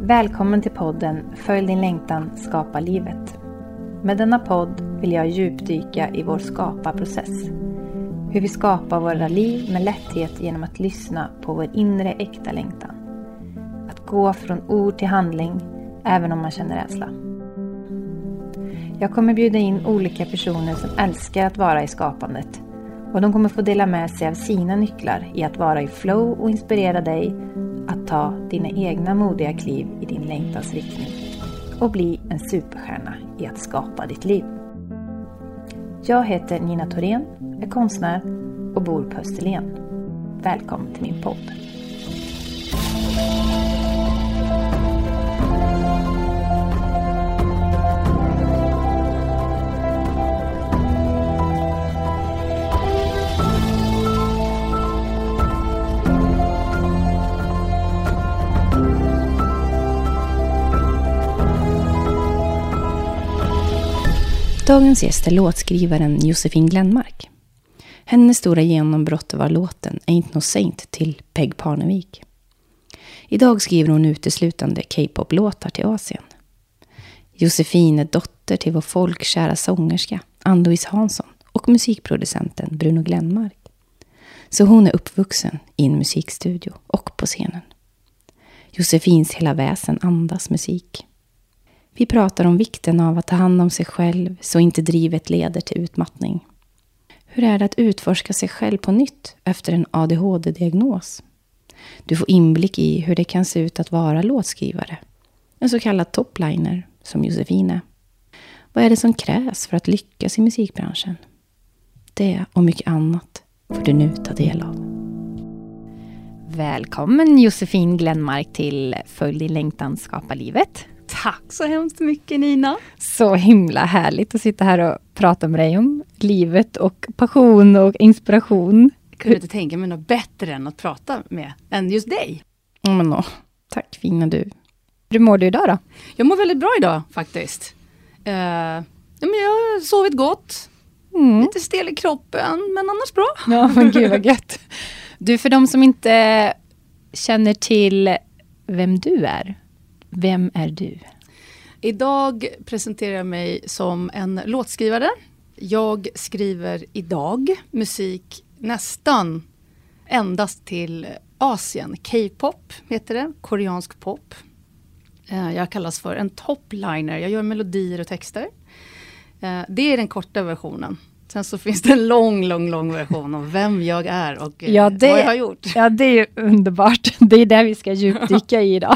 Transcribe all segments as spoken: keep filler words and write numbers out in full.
Välkommen till podden Följ din längtan, skapa livet. Med denna podd vill jag djupdyka i vår skaparprocess. Hur vi skapar våra liv med lätthet genom att lyssna på vår inre äkta längtan. Att gå från ord till handling, även om man känner rädsla. Jag kommer bjuda in olika personer som älskar att vara i skapandet. Och de kommer få dela med sig av sina nycklar i att vara i flow och inspirera dig att ta dina egna modiga kliv i din längtans riktning. Och bli en superstjärna i att skapa ditt liv. Jag heter Nina Thorén, är konstnär och bor på Österlen. Välkommen till min podd. Dagens gäst är låtskrivaren Josefin Glenmark. Hennes stora genombrott var låten Ain't No Saint till Peg Parnevik. Idag skriver hon uteslutande K-pop-låtar till Asien. Josefin är dotter till vår folkkära sångerska Ann-Louise Hansson och musikproducenten Bruno Glenmark. Så hon är uppvuxen i en musikstudio och på scenen. Josefins hela väsen andas musik. Vi pratar om vikten av att ta hand om sig själv så inte drivet leder till utmattning. Hur är det att utforska sig själv på nytt efter en A D H D-diagnos? Du får inblick i hur det kan se ut att vara låtskrivare. En så kallad topliner som Josefin är. Vad är det som krävs för att lyckas i musikbranschen? Det och mycket annat får du nu ta del av. Välkommen Josefin Glenmark till Följ din längtan, skapa livet. Tack så hemskt mycket Nina. Så himla härligt att sitta här och prata med dig om livet och passion och inspiration. Jag kunde inte tänka mig något bättre än att prata med än just dig. Mm, men åh, tack fina du. Hur mår du idag då? Jag mår väldigt bra idag faktiskt. Uh, ja, men jag har sovit gott. Mm. Lite stel i kroppen men annars bra. Ja men gud vad gött. Du, för de som inte känner till vem du är. Vem är du? Idag presenterar jag mig som en låtskrivare. Jag skriver idag musik nästan endast till Asien. K-pop heter det, koreansk pop. Jag kallas för en topliner. Jag gör melodier och texter. Det är den korta versionen. Sen så finns det en lång, lång, lång version om vem jag är och ja, det, vad jag har gjort. Ja, det är underbart. Det är där vi ska djupdyka i idag.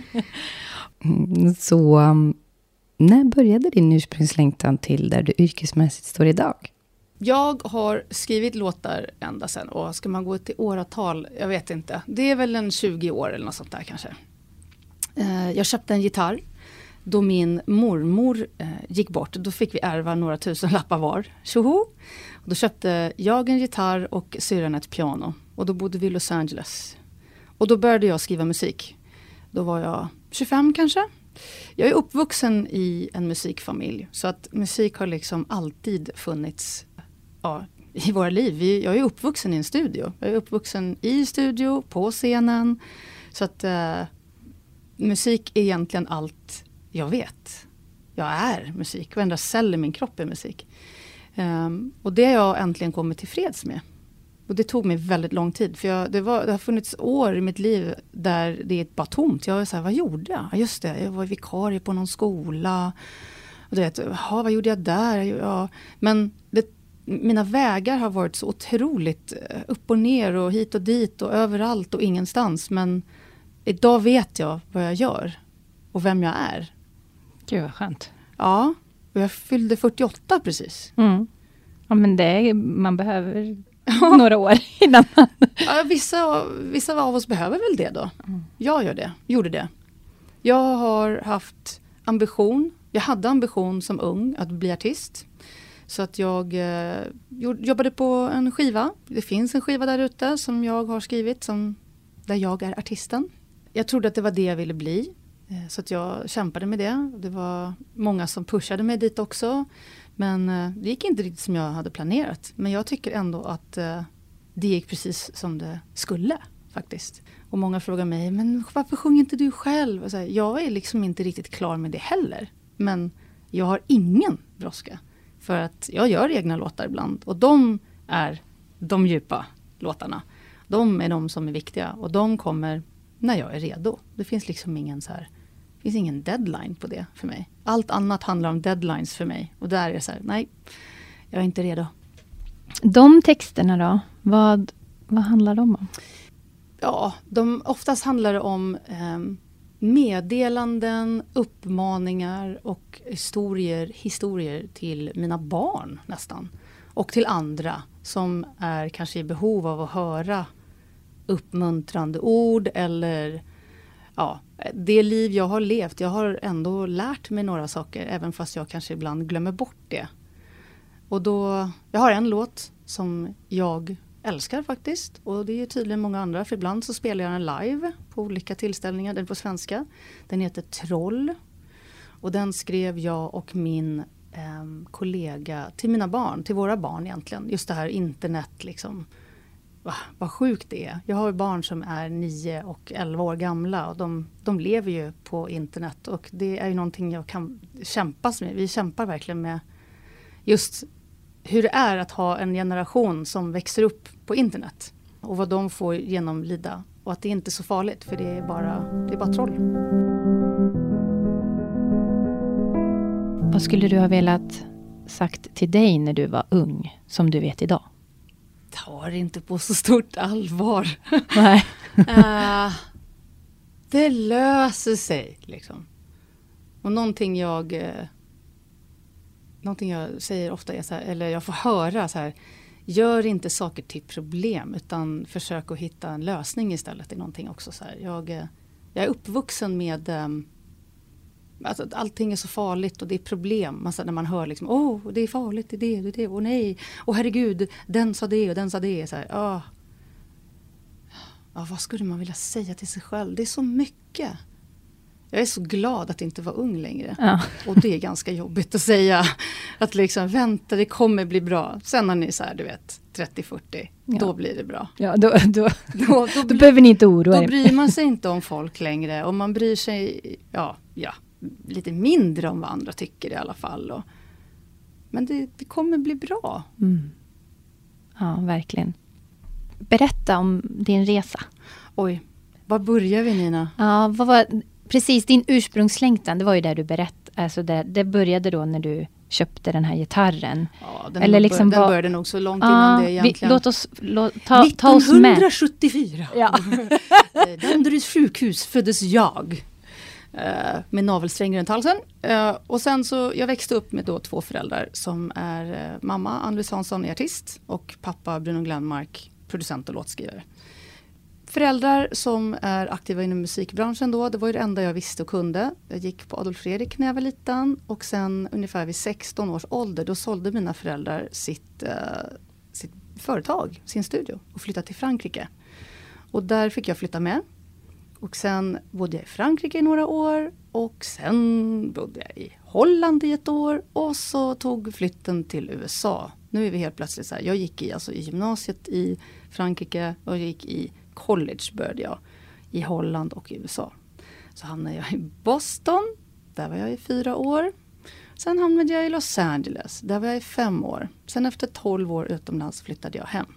Så um, när började din ursprungslängtan till där du yrkesmässigt står idag? Jag har skrivit låtar ända sedan. Och ska man gå till åratal? Jag vet inte. Det är väl en tjugo år eller något sånt där kanske. Uh, jag köpte en gitarr. Då min mormor uh, gick bort. Då fick vi ärva några tusen lappar var. Tjoho! Och då köpte jag en gitarr och syrran ett piano. Och då bodde vi i Los Angeles. Och då började jag skriva musik. Då var jag tjugofem kanske. Jag är uppvuxen i en musikfamilj. Så att musik har liksom alltid funnits ja, i våra liv. Jag är uppvuxen i en studio. Jag är uppvuxen i studio, på scenen. Så att eh, musik är egentligen allt jag vet. Jag är musik. Varenda cell i min kropp är musik. Um, och det har jag äntligen kommit till freds med. Och det tog mig väldigt lång tid. För jag, det, var, det har funnits år i mitt liv där det är bara tomt. Jag var så här, vad gjorde jag? Ja, just det, jag var vikarie på någon skola. Och du vet, vad gjorde jag där? Ja, men det, mina vägar har varit så otroligt upp och ner och hit och dit och överallt och ingenstans. Men idag vet jag vad jag gör och vem jag är. Gud vad skönt. Ja, och jag fyllde fyrtioåtta precis. Mm. Ja, men det är, man behöver några år innan man... Ja, vissa, vissa av oss behöver väl det då. Mm. Jag gör det, gjorde det. Jag har haft ambition, jag hade ambition som ung att bli artist. Så att jag eh, jobbade på en skiva. Det finns en skiva där ute som jag har skrivit som, där jag är artisten. Jag trodde att det var det jag ville bli. Eh, så att jag kämpade med det. Det var många som pushade mig dit också. Men eh, det gick inte riktigt som jag hade planerat. Men jag tycker ändå att eh, det gick precis som det skulle. faktiskt. Och många frågar mig, men varför sjunger inte du själv? Och så här, jag är liksom inte riktigt klar med det heller. Men jag har ingen brådska. För att jag gör egna låtar ibland. Och de är de djupa låtarna. De är de som är viktiga. Och de kommer när jag är redo. Det finns liksom ingen så här, det finns ingen deadline på det för mig. Allt annat handlar om deadlines för mig. Och där är det så här, nej, jag är inte redo. De texterna då, vad, vad handlar de om? Ja, de, oftast handlar det om eh, meddelanden, uppmaningar och historier, historier till mina barn nästan. Och till andra som är kanske i behov av att höra uppmuntrande ord eller ja, det liv jag har levt. Jag har ändå lärt mig några saker även fast jag kanske ibland glömmer bort det. Och då, jag har en låt som jag älskar faktiskt. Och det är tydligen många andra. För ibland så spelar jag den live på olika tillställningar. Den på svenska. Den heter Troll. Och den skrev jag och min eh, kollega till mina barn. Till våra barn egentligen. Just det här internet liksom. Va, vad sjukt det är. Jag har barn som är nio och elva år gamla. Och de, de lever ju på internet. Och det är ju någonting jag kan kämpas med. Vi kämpar verkligen med just hur det är att ha en generation som växer upp på internet. Och vad de får genomlida. Och att det inte är så farligt. För det är bara, det är bara troll. Vad skulle du ha velat sagt till dig när du var ung, som du vet idag? Ta det inte på så stort allvar. Nej. uh, det löser sig liksom. Och någonting jag uh, någonting jag säger ofta är så här, eller jag får höra så här, gör inte saker till problem utan försök att hitta en lösning istället. Det är någonting också så här. Jag, uh, jag är uppvuxen med um, alltså att allting är så farligt och det är problem. Alltså när man hör liksom, åh, oh, det är farligt, det är det, det är det, åh nej, åh herregud, den sa det och den sa det. Så här, åh. Ja, vad skulle man vilja säga till sig själv? Det är så mycket. Jag är så glad att inte vara ung längre. Ja. Och det är ganska jobbigt att säga att liksom, vänta, det kommer bli bra. Sen när ni är så här, du vet, trettio fyrtio, ja. Då blir det bra. Ja, då, då, då, då, då blir, behöver ni inte oroa er. Då bryr man sig inte om folk längre. Och man bryr sig, ja, ja. lite mindre om vad andra tycker i alla fall. Och, men det, det kommer bli bra. Mm. Ja, verkligen. Berätta om din resa. Oj, var börjar vi Nina? Ja, vad var, precis din ursprungslängtan, det var ju där du berättade. Alltså det, det började då när du köpte den här gitarren. Ja, den, Eller liksom bör, den var, började nog så långt innan ja, det egentligen. Vi, låt oss låt, ta, ta oss med. nittonhundrasjuttiofyra. Ja. Danderyds sjukhus föddes jag. Med navelsträngen runt halsen. Och sen så, jag växte upp med då två föräldrar som är mamma Ann-Louise Hansson, är artist, och pappa Bruno Glenmark, producent och låtskrivare. Föräldrar som är aktiva inom musikbranschen då, det var ju det enda jag visste och kunde. Jag gick på Adolf Fredrik när jag var liten och sen ungefär vid sexton års ålder då sålde mina föräldrar sitt, uh, sitt företag, sin studio och flyttade till Frankrike. Och där fick jag flytta med. Och sen bodde jag i Frankrike i några år och sen bodde jag i Holland i ett år och så tog flytten till U S A. Nu är vi helt plötsligt så här, jag gick i, alltså i gymnasiet i Frankrike och jag gick i college började jag i Holland och i U S A. Så hamnade jag i Boston, där var jag i fyra år. Sen hamnade jag i Los Angeles, där var jag i fem år. Sen efter tolv år utomlands flyttade jag hem.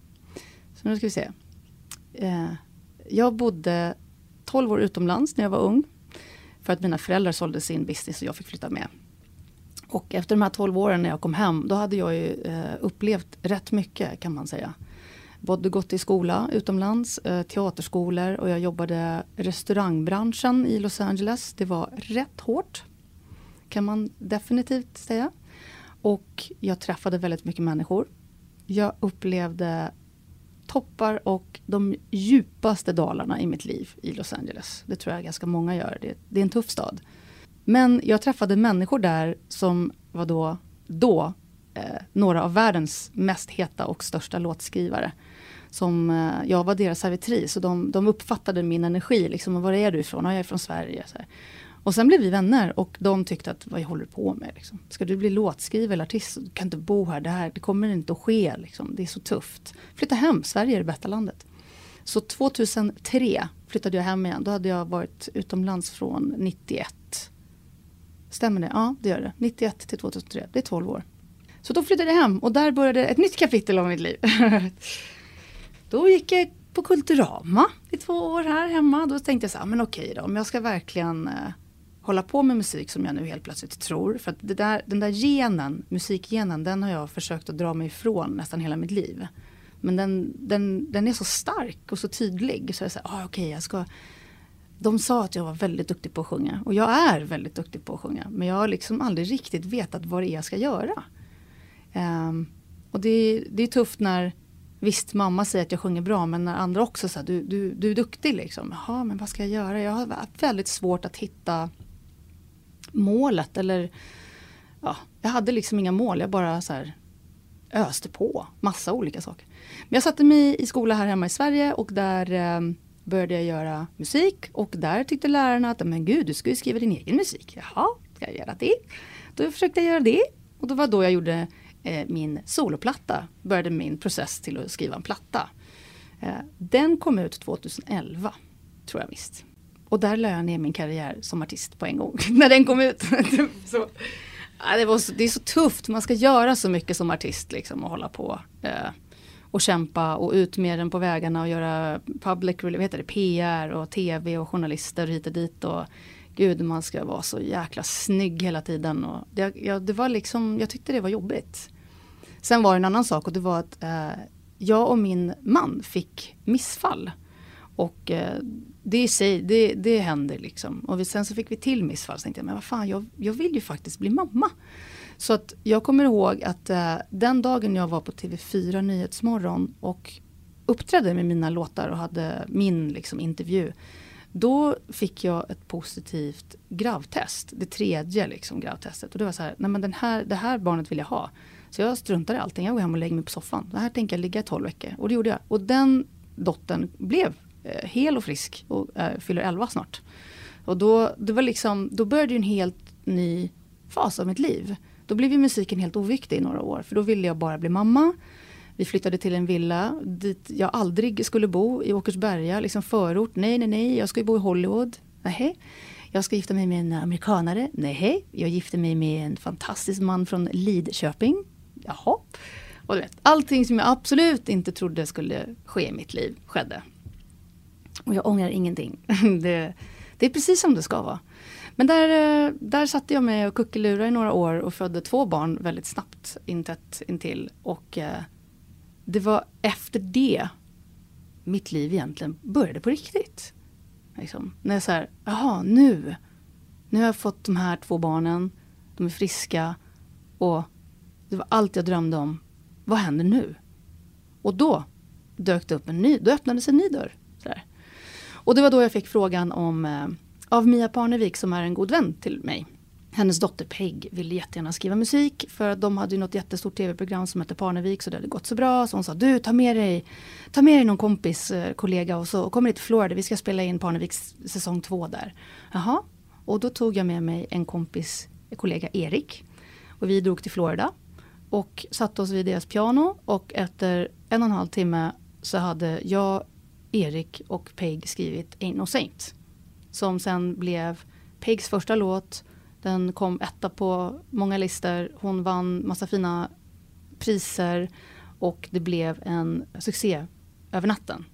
Så nu ska vi se. Eh, jag bodde tolv år utomlands när jag var ung. För att mina föräldrar sålde sin business och jag fick flytta med. Och efter de här tolv åren när jag kom hem, då hade jag ju eh, upplevt rätt mycket kan man säga. Både gått i skola utomlands, eh, teaterskolor och jag jobbade i restaurangbranschen i Los Angeles. Det var rätt hårt, kan man definitivt säga. Och jag träffade väldigt mycket människor. Jag upplevde toppar och de djupaste dalarna i mitt liv i Los Angeles. Det tror jag ganska många gör. Det, det är en tuff stad. Men jag träffade människor där som var då, då eh, några av världens mest heta och största låtskrivare. Som, eh, jag var deras servitris och de, de uppfattade min energi. Liksom, var är du ifrån? Ja, jag är från Sverige. Så här. Och sen blev vi vänner och de tyckte att vad jag håller på med. Liksom. Ska du bli låtskrivare eller artist? Du kan inte bo här. Det, här, det kommer inte att ske. Liksom. Det är så tufft. Flytta hem. Sverige är det bästa landet. Så tjugohundratre flyttade jag hem igen. Då hade jag varit utomlands från nittioett. Stämmer det? Ja, det gör det. nittioett till tjugohundratre. Det är tolv år. Så då flyttade jag hem och där började ett nytt kapitel av mitt liv. Då gick jag på Kulturama i två år här hemma. Då tänkte jag så här, men okej då, om jag ska verkligen eh, hålla på med musik som jag nu helt plötsligt tror. För att det där, den där genen, musikgenen, den har jag försökt att dra mig ifrån nästan hela mitt liv. Men den, den, den är så stark och så tydlig. Så jag säger, ah, okej, jag ska... De sa att jag var väldigt duktig på att sjunga. Och jag är väldigt duktig på att sjunga. Men jag har liksom aldrig riktigt vetat vad det är jag ska göra. Um, och det, det är tufft när... Visst, mamma säger att jag sjunger bra, men när andra också säger du, du, du är duktig liksom. Jaha, men vad ska jag göra? Jag har väldigt svårt att hitta målet. Eller, ja, jag hade liksom inga mål, jag bara så här öste på massa olika saker. Men jag satte mig i skola här hemma i Sverige och där eh, började jag göra musik. Och där tyckte lärarna att, men gud, du ska ju skriva din egen musik. Jaha, ska jag göra det? Då försökte jag göra det. Och då var då jag gjorde... min soloplatta, började min process till att skriva en platta. Den kom ut tjugoelva, tror jag visst. Och där lade jag ner min karriär som artist på en gång. När den kom ut. så, det, var så, det är så tufft, man ska göra så mycket som artist liksom, och hålla på. Och kämpa och ut med den på vägarna och göra public, vad heter det, P R och tv och journalister hit och dit och gud, man ska vara så jäkla snygg hela tiden. Och det, ja, det var liksom, jag tyckte det var jobbigt. Sen var det en annan sak och det var att eh, jag och min man fick missfall. Och eh, det i sig, det, det händer liksom. Och vi, sen så fick vi till missfall. Så tänkte jag, men vad fan, jag, jag vill ju faktiskt bli mamma. Så att jag kommer ihåg att eh, den dagen jag var på T V fyra Nyhetsmorgon och uppträdde med mina låtar och hade min liksom, intervju. Då fick jag ett positivt gravtest. Det tredje liksom, gravtestet. Och det var så här, nej men den här, det här barnet vill jag ha. Så jag struntade i allting. Jag går hem och lägger mig på soffan. Det här tänker jag ligga i tolv veckor. Och det gjorde jag. Och den dottern blev eh, hel och frisk. Och eh, fyller elva snart. Och då, det var liksom, då började ju en helt ny fas av mitt liv. Då blev ju musiken helt oviktig i några år. För då ville jag bara bli mamma. Vi flyttade till en villa dit jag aldrig skulle bo i Åkersberga, liksom förort. Nej, nej, nej, jag ska ju bo i Hollywood. Nej. Jag ska gifta mig med en amerikanare. Nej, jag gifte mig med en fantastisk man från Lidköping. Jaha. Och du vet, allting som jag absolut inte trodde skulle ske i mitt liv skedde. Och jag ångrar ingenting. det, det är precis som det ska vara. Men där, där satte jag mig och kuckelurade i några år och födde två barn väldigt snabbt intätt intill. Och det var efter det mitt liv egentligen började på riktigt. Liksom. När jag så här, jaha, nu. Nu har jag fått de här två barnen. De är friska. Och det var allt jag drömde om. Vad händer nu? Och då dök det upp en ny, då öppnades en ny dörr. Så där. Och det var då jag fick frågan om, eh, av Mia Parnevik som är en god vän till mig. Hennes dotter Peg ville jättegärna skriva musik för att de hade ju något jättestort tv-program som hette Parnevik så det hade gått så bra. Så hon sa, du ta med dig, ta med dig någon kompis, eh, kollega och så kommer ni till Florida. Vi ska spela in Parneviks säsong två där. Jaha, och då tog jag med mig en kompis, en kollega Erik. Och vi drog till Florida och satte oss vid deras piano. Och efter en och en halv timme så hade jag, Erik och Peg skrivit Ain't No Saint. Som sen blev Pegs första låt. Den kom etta på många listor. Hon vann massa fina priser. Och det blev en succé över natten.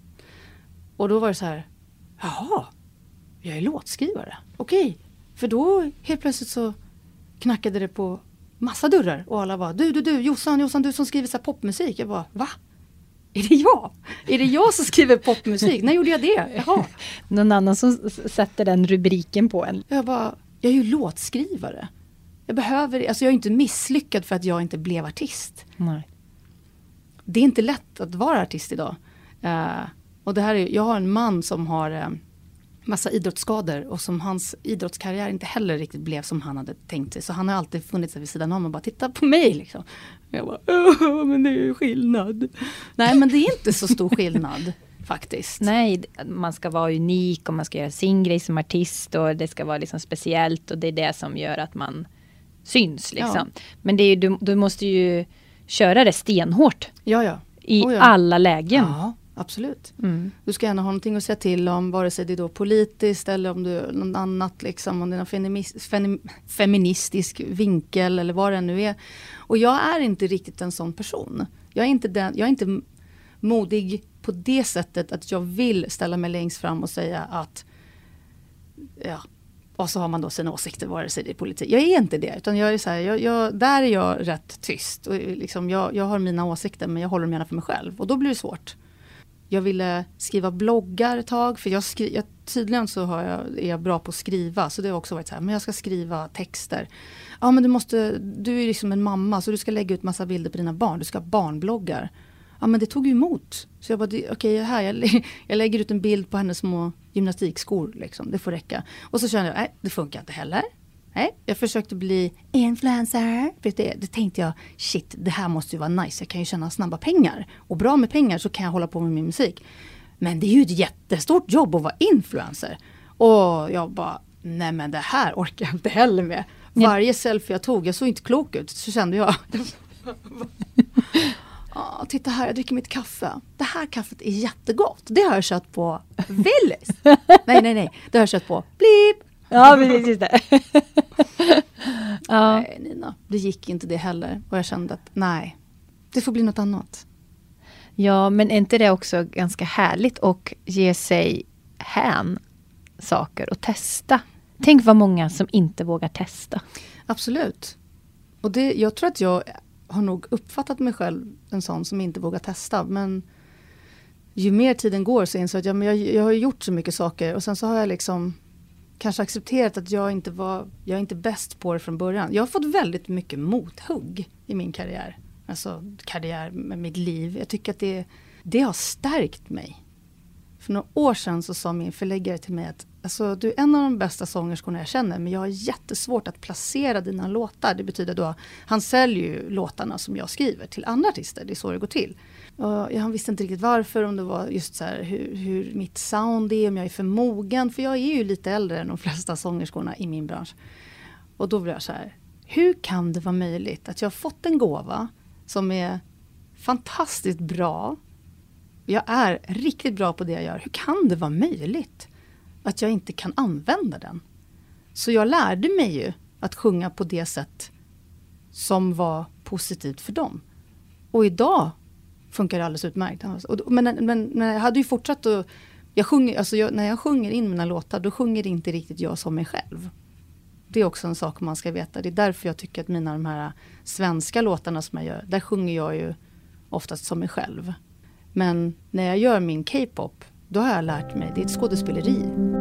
Och då var det så här, jaha, jag är låtskrivare. Okej, för då helt plötsligt så knackade det på massa dörrar. Och alla var, du, du, du, Jossan, Jossan, du som skriver så här popmusik. Jag bara, va? Är det jag? Är det jag som skriver popmusik? När gjorde jag det? Jaha. Någon annan som sätter den rubriken på en. Jag bara, jag är ju låtskrivare. Jag behöver, alltså jag är inte misslyckad för att jag inte blev artist. Nej. Det är inte lätt att vara artist idag. Uh, och det här är, jag har en man som har uh, massa idrottsskador och som hans idrottskarriär inte heller riktigt blev som han hade tänkt sig. Så han har alltid funnits vid sidan om och bara titta på mig liksom. Jag bara, åh, men det är ju skillnad. Nej, men det är inte så stor skillnad faktiskt. Nej, man ska vara unik och man ska göra sin grej som artist och det ska vara liksom speciellt och det är det som gör att man syns liksom. Ja. Men det är ju, du, du måste ju köra det stenhårt. Ja, ja. I oh, ja. alla lägen. Ja, absolut. Mm. Du ska gärna ha någonting att säga till om, vare sig det är då politiskt eller om du något annat, liksom, om det är någon feminist, fem, feministisk vinkel eller vad det nu är. Och jag är inte riktigt en sån person. Jag är inte, den, jag är inte modig på det sättet att jag vill ställa mig längst fram och säga att ja, och så har man då sina åsikter vare sig det är politik. Jag är inte det, utan jag är så här, jag, jag, där är jag rätt tyst. Och liksom jag, jag har mina åsikter, men jag håller dem gärna för mig själv. Och då blir det svårt. Jag ville skriva bloggar ett tag, för jag skri- jag, tydligen så har jag, är jag bra på att skriva. Så det har också varit så här, men jag ska skriva texter. Ja, men du måste, du är liksom en mamma, så du ska lägga ut massa bilder på dina barn. Du ska ha barnbloggar. Ja, men det tog ju emot. Så jag bara, okej, okay, här, jag, jag lägger ut en bild på hennes små gymnastikskor. Liksom. Det får räcka. Och så kände jag, nej, det funkar inte heller. Nej, jag försökte bli influencer. För det, det tänkte jag, shit, det här måste ju vara nice. Jag kan ju tjäna snabba pengar. Och bra med pengar så kan jag hålla på med min musik. Men det är ju ett jättestort jobb att vara influencer. Och jag bara, nej men det här orkar jag inte heller med. Varje selfie jag tog, jag såg inte klok ut. Så kände jag... Oh, titta här, jag dricker mitt kaffe. Det här kaffet är jättegott. Det har jag kött på Willys. nej, nej, nej. Det har jag kött på Blip. Ja, precis det. Ja. Nej, Nina. Det gick inte det heller. Och jag kände att nej, det får bli något annat. Ja, men är inte det också ganska härligt att ge sig hän saker och testa? Tänk vad många som inte vågar testa. Absolut. Och det, jag tror att jag... har nog uppfattat mig själv en sån som inte vågar testa. Men ju mer tiden går så inser jag att ja, men jag, jag har gjort så mycket saker. Och sen så har jag liksom kanske accepterat att jag inte var, jag är inte bäst på det från början. Jag har fått väldigt mycket mothugg i min karriär. Alltså karriär med mitt liv. Jag tycker att det, det har stärkt mig. För några år sedan så sa min förläggare till mig att alltså, du är en av de bästa sångerskorna jag känner, men jag har jättesvårt att placera dina låtar. Det betyder då, han säljer ju låtarna som jag skriver till andra artister. Det är så det går till. Och jag visste inte riktigt varför, om det var just så här hur, hur mitt sound är, om jag är för mogen. För jag är ju lite äldre än de flesta sångerskorna i min bransch. Och då blev jag så här, hur kan det vara möjligt att jag har fått en gåva som är fantastiskt bra. Jag är riktigt bra på det jag gör. Hur kan det vara möjligt att jag inte kan använda den? Så jag lärde mig ju att sjunga på det sätt som var positivt för dem. Och idag funkar det alldeles utmärkt. Men, men, men jag hade ju fortsatt att... Jag sjunger, alltså jag, när jag sjunger in mina låtar, då sjunger inte riktigt jag som mig själv. Det är också en sak man ska veta. Det är därför jag tycker att mina de här svenska låtarna som jag gör, där sjunger jag ju oftast som mig själv. Men när jag gör min K-pop, då har jag lärt mig, det är ett skådespeleri.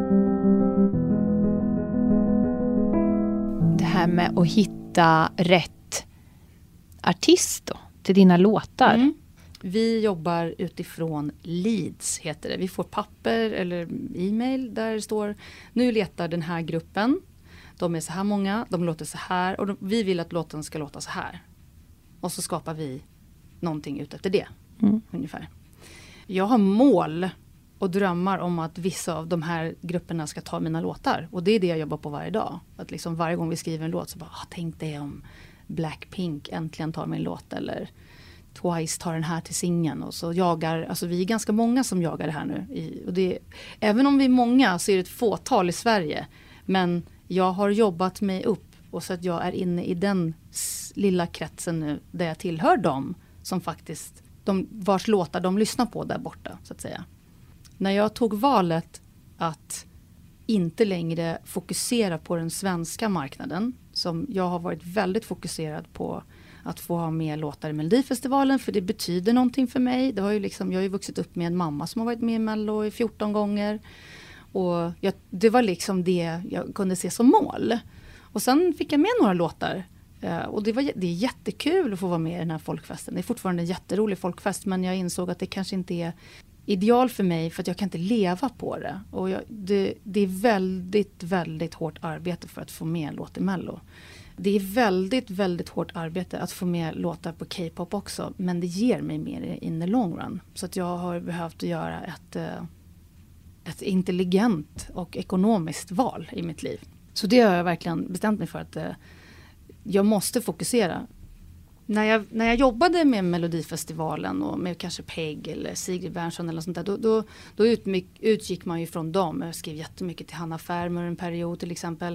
Det här med att hitta rätt artist då, till dina låtar. Mm. Vi jobbar utifrån leads, heter det. Vi får papper eller e-mail där det står, nu letar den här gruppen. De är så här många, de låter så här och de, vi vill att låten ska låta så här. Och så skapar vi någonting ut efter det, mm. ungefär. Jag har mål och drömmar om att vissa av de här grupperna ska ta mina låtar. Och det är det jag jobbar på varje dag. Att liksom varje gång vi skriver en låt så bara, ah, tänk dig om Blackpink äntligen tar min låt. Eller Twice tar den här till singeln. Och så jagar, alltså vi är ganska många som jagar det här nu. I, och det, även om vi är många så är det ett fåtal i Sverige. Men jag har jobbat mig upp och så att jag är inne i den lilla kretsen nu där jag tillhör dem som faktiskt, de, vars låtar de lyssnar på där borta så att säga. När jag tog valet att inte längre fokusera på den svenska marknaden, som jag har varit väldigt fokuserad på att få ha med låtar i Melodifestivalen, för det betyder någonting för mig. Det var ju liksom, jag har ju vuxit upp med en mamma som har varit med i Mello i fjorton gånger. Och jag, det var liksom det jag kunde se som mål. Och sen fick jag med några låtar. Uh, och det, var, det är jättekul att få vara med i den här folkfesten. Det är fortfarande en jätterolig folkfest, men jag insåg att det kanske inte är ideal för mig för att jag kan inte leva på det. Och jag, det, det är väldigt, väldigt hårt arbete för att få med en låt i Mello. Det är väldigt, väldigt hårt arbete att få med låtar på K-pop också. Men det ger mig mer in the long run. Så att jag har behövt att göra ett, ett intelligent och ekonomiskt val i mitt liv. Så det har jag verkligen bestämt mig för att jag måste fokusera. När jag, när jag jobbade med Melodifestivalen och med kanske Peg eller Sigrid Bernson eller sånt där, då, då, då utgick, utgick man ju från dem. Jag skrev jättemycket till Hanna Färmer en period till exempel.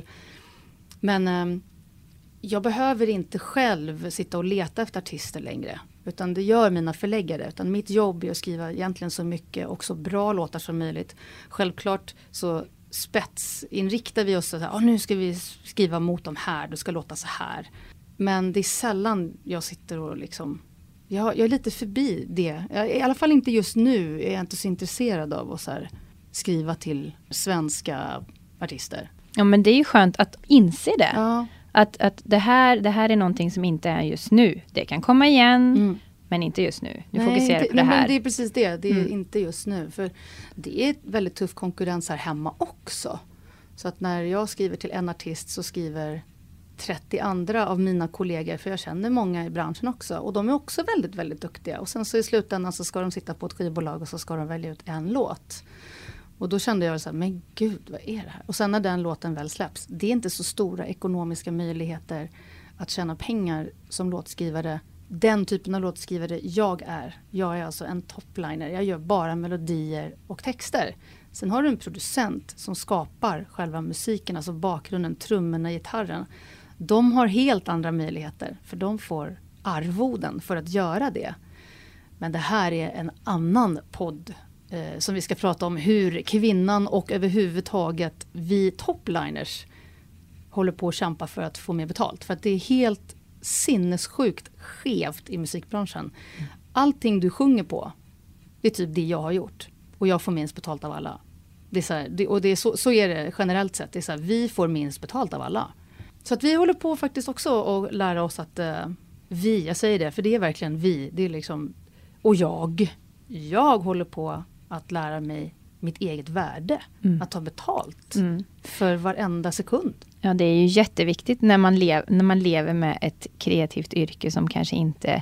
Men eh, jag behöver inte själv sitta och leta efter artister längre. Utan det gör mina förläggare. Utan mitt jobb är att skriva egentligen så mycket och så bra låtar som möjligt. Självklart så spetsinriktar vi oss så här, nu ska vi skriva mot de här, det ska låta så här. Men det är sällan jag sitter och liksom, jag, jag är lite förbi det. Jag, i alla fall inte just nu är jag inte så intresserad av att så här, skriva till svenska artister. Ja, men det är ju skönt att inse det. Ja. Att, att det, här, det här är någonting som inte är just nu. Det kan komma igen, mm. men inte just nu. Nu nej, fokuserar inte, på det här. Nej, men det är precis det. Det är mm. inte just nu. För det är väldigt tuff konkurrens här hemma också. Så att när jag skriver till en artist så skriver trettio andra av mina kollegor. För jag känner många i branschen också. Och de är också väldigt, väldigt duktiga. Och sen så i slutändan så ska de sitta på ett skivbolag och så ska de välja ut en låt. Och då kände jag så här, men gud, vad är det här? Och sen när den låten väl släpps, det är inte så stora ekonomiska möjligheter att tjäna pengar som låtskrivare. Den typen av låtskrivare jag är. Jag är alltså en topliner. Jag gör bara melodier och texter. Sen har du en producent som skapar själva musiken, alltså bakgrunden, trummorna, gitarren. De har helt andra möjligheter, för de får arvoden för att göra det. Men det här är en annan podd eh, som vi ska prata om hur kvinnan och överhuvudtaget vi topliners håller på att kämpa för att få mer betalt. För att det är helt sinnessjukt skevt i musikbranschen. Allting du sjunger på, det är typ det jag har gjort. Och jag får minst betalt av alla. Det är så här, det, och det är så, så är det generellt sett. Det är så här, vi får minst betalt av alla. Så att vi håller på faktiskt också att lära oss att uh, vi, jag säger det, för det är verkligen vi. Det är liksom, och jag, jag håller på att lära mig mitt eget värde. Mm. Att ta betalt mm. för varenda sekund. Ja, det är ju jätteviktigt när man, lev, när man lever med ett kreativt yrke som kanske inte...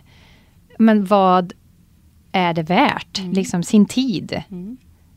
Men vad är det värt? Mm. Liksom sin tid. Mm.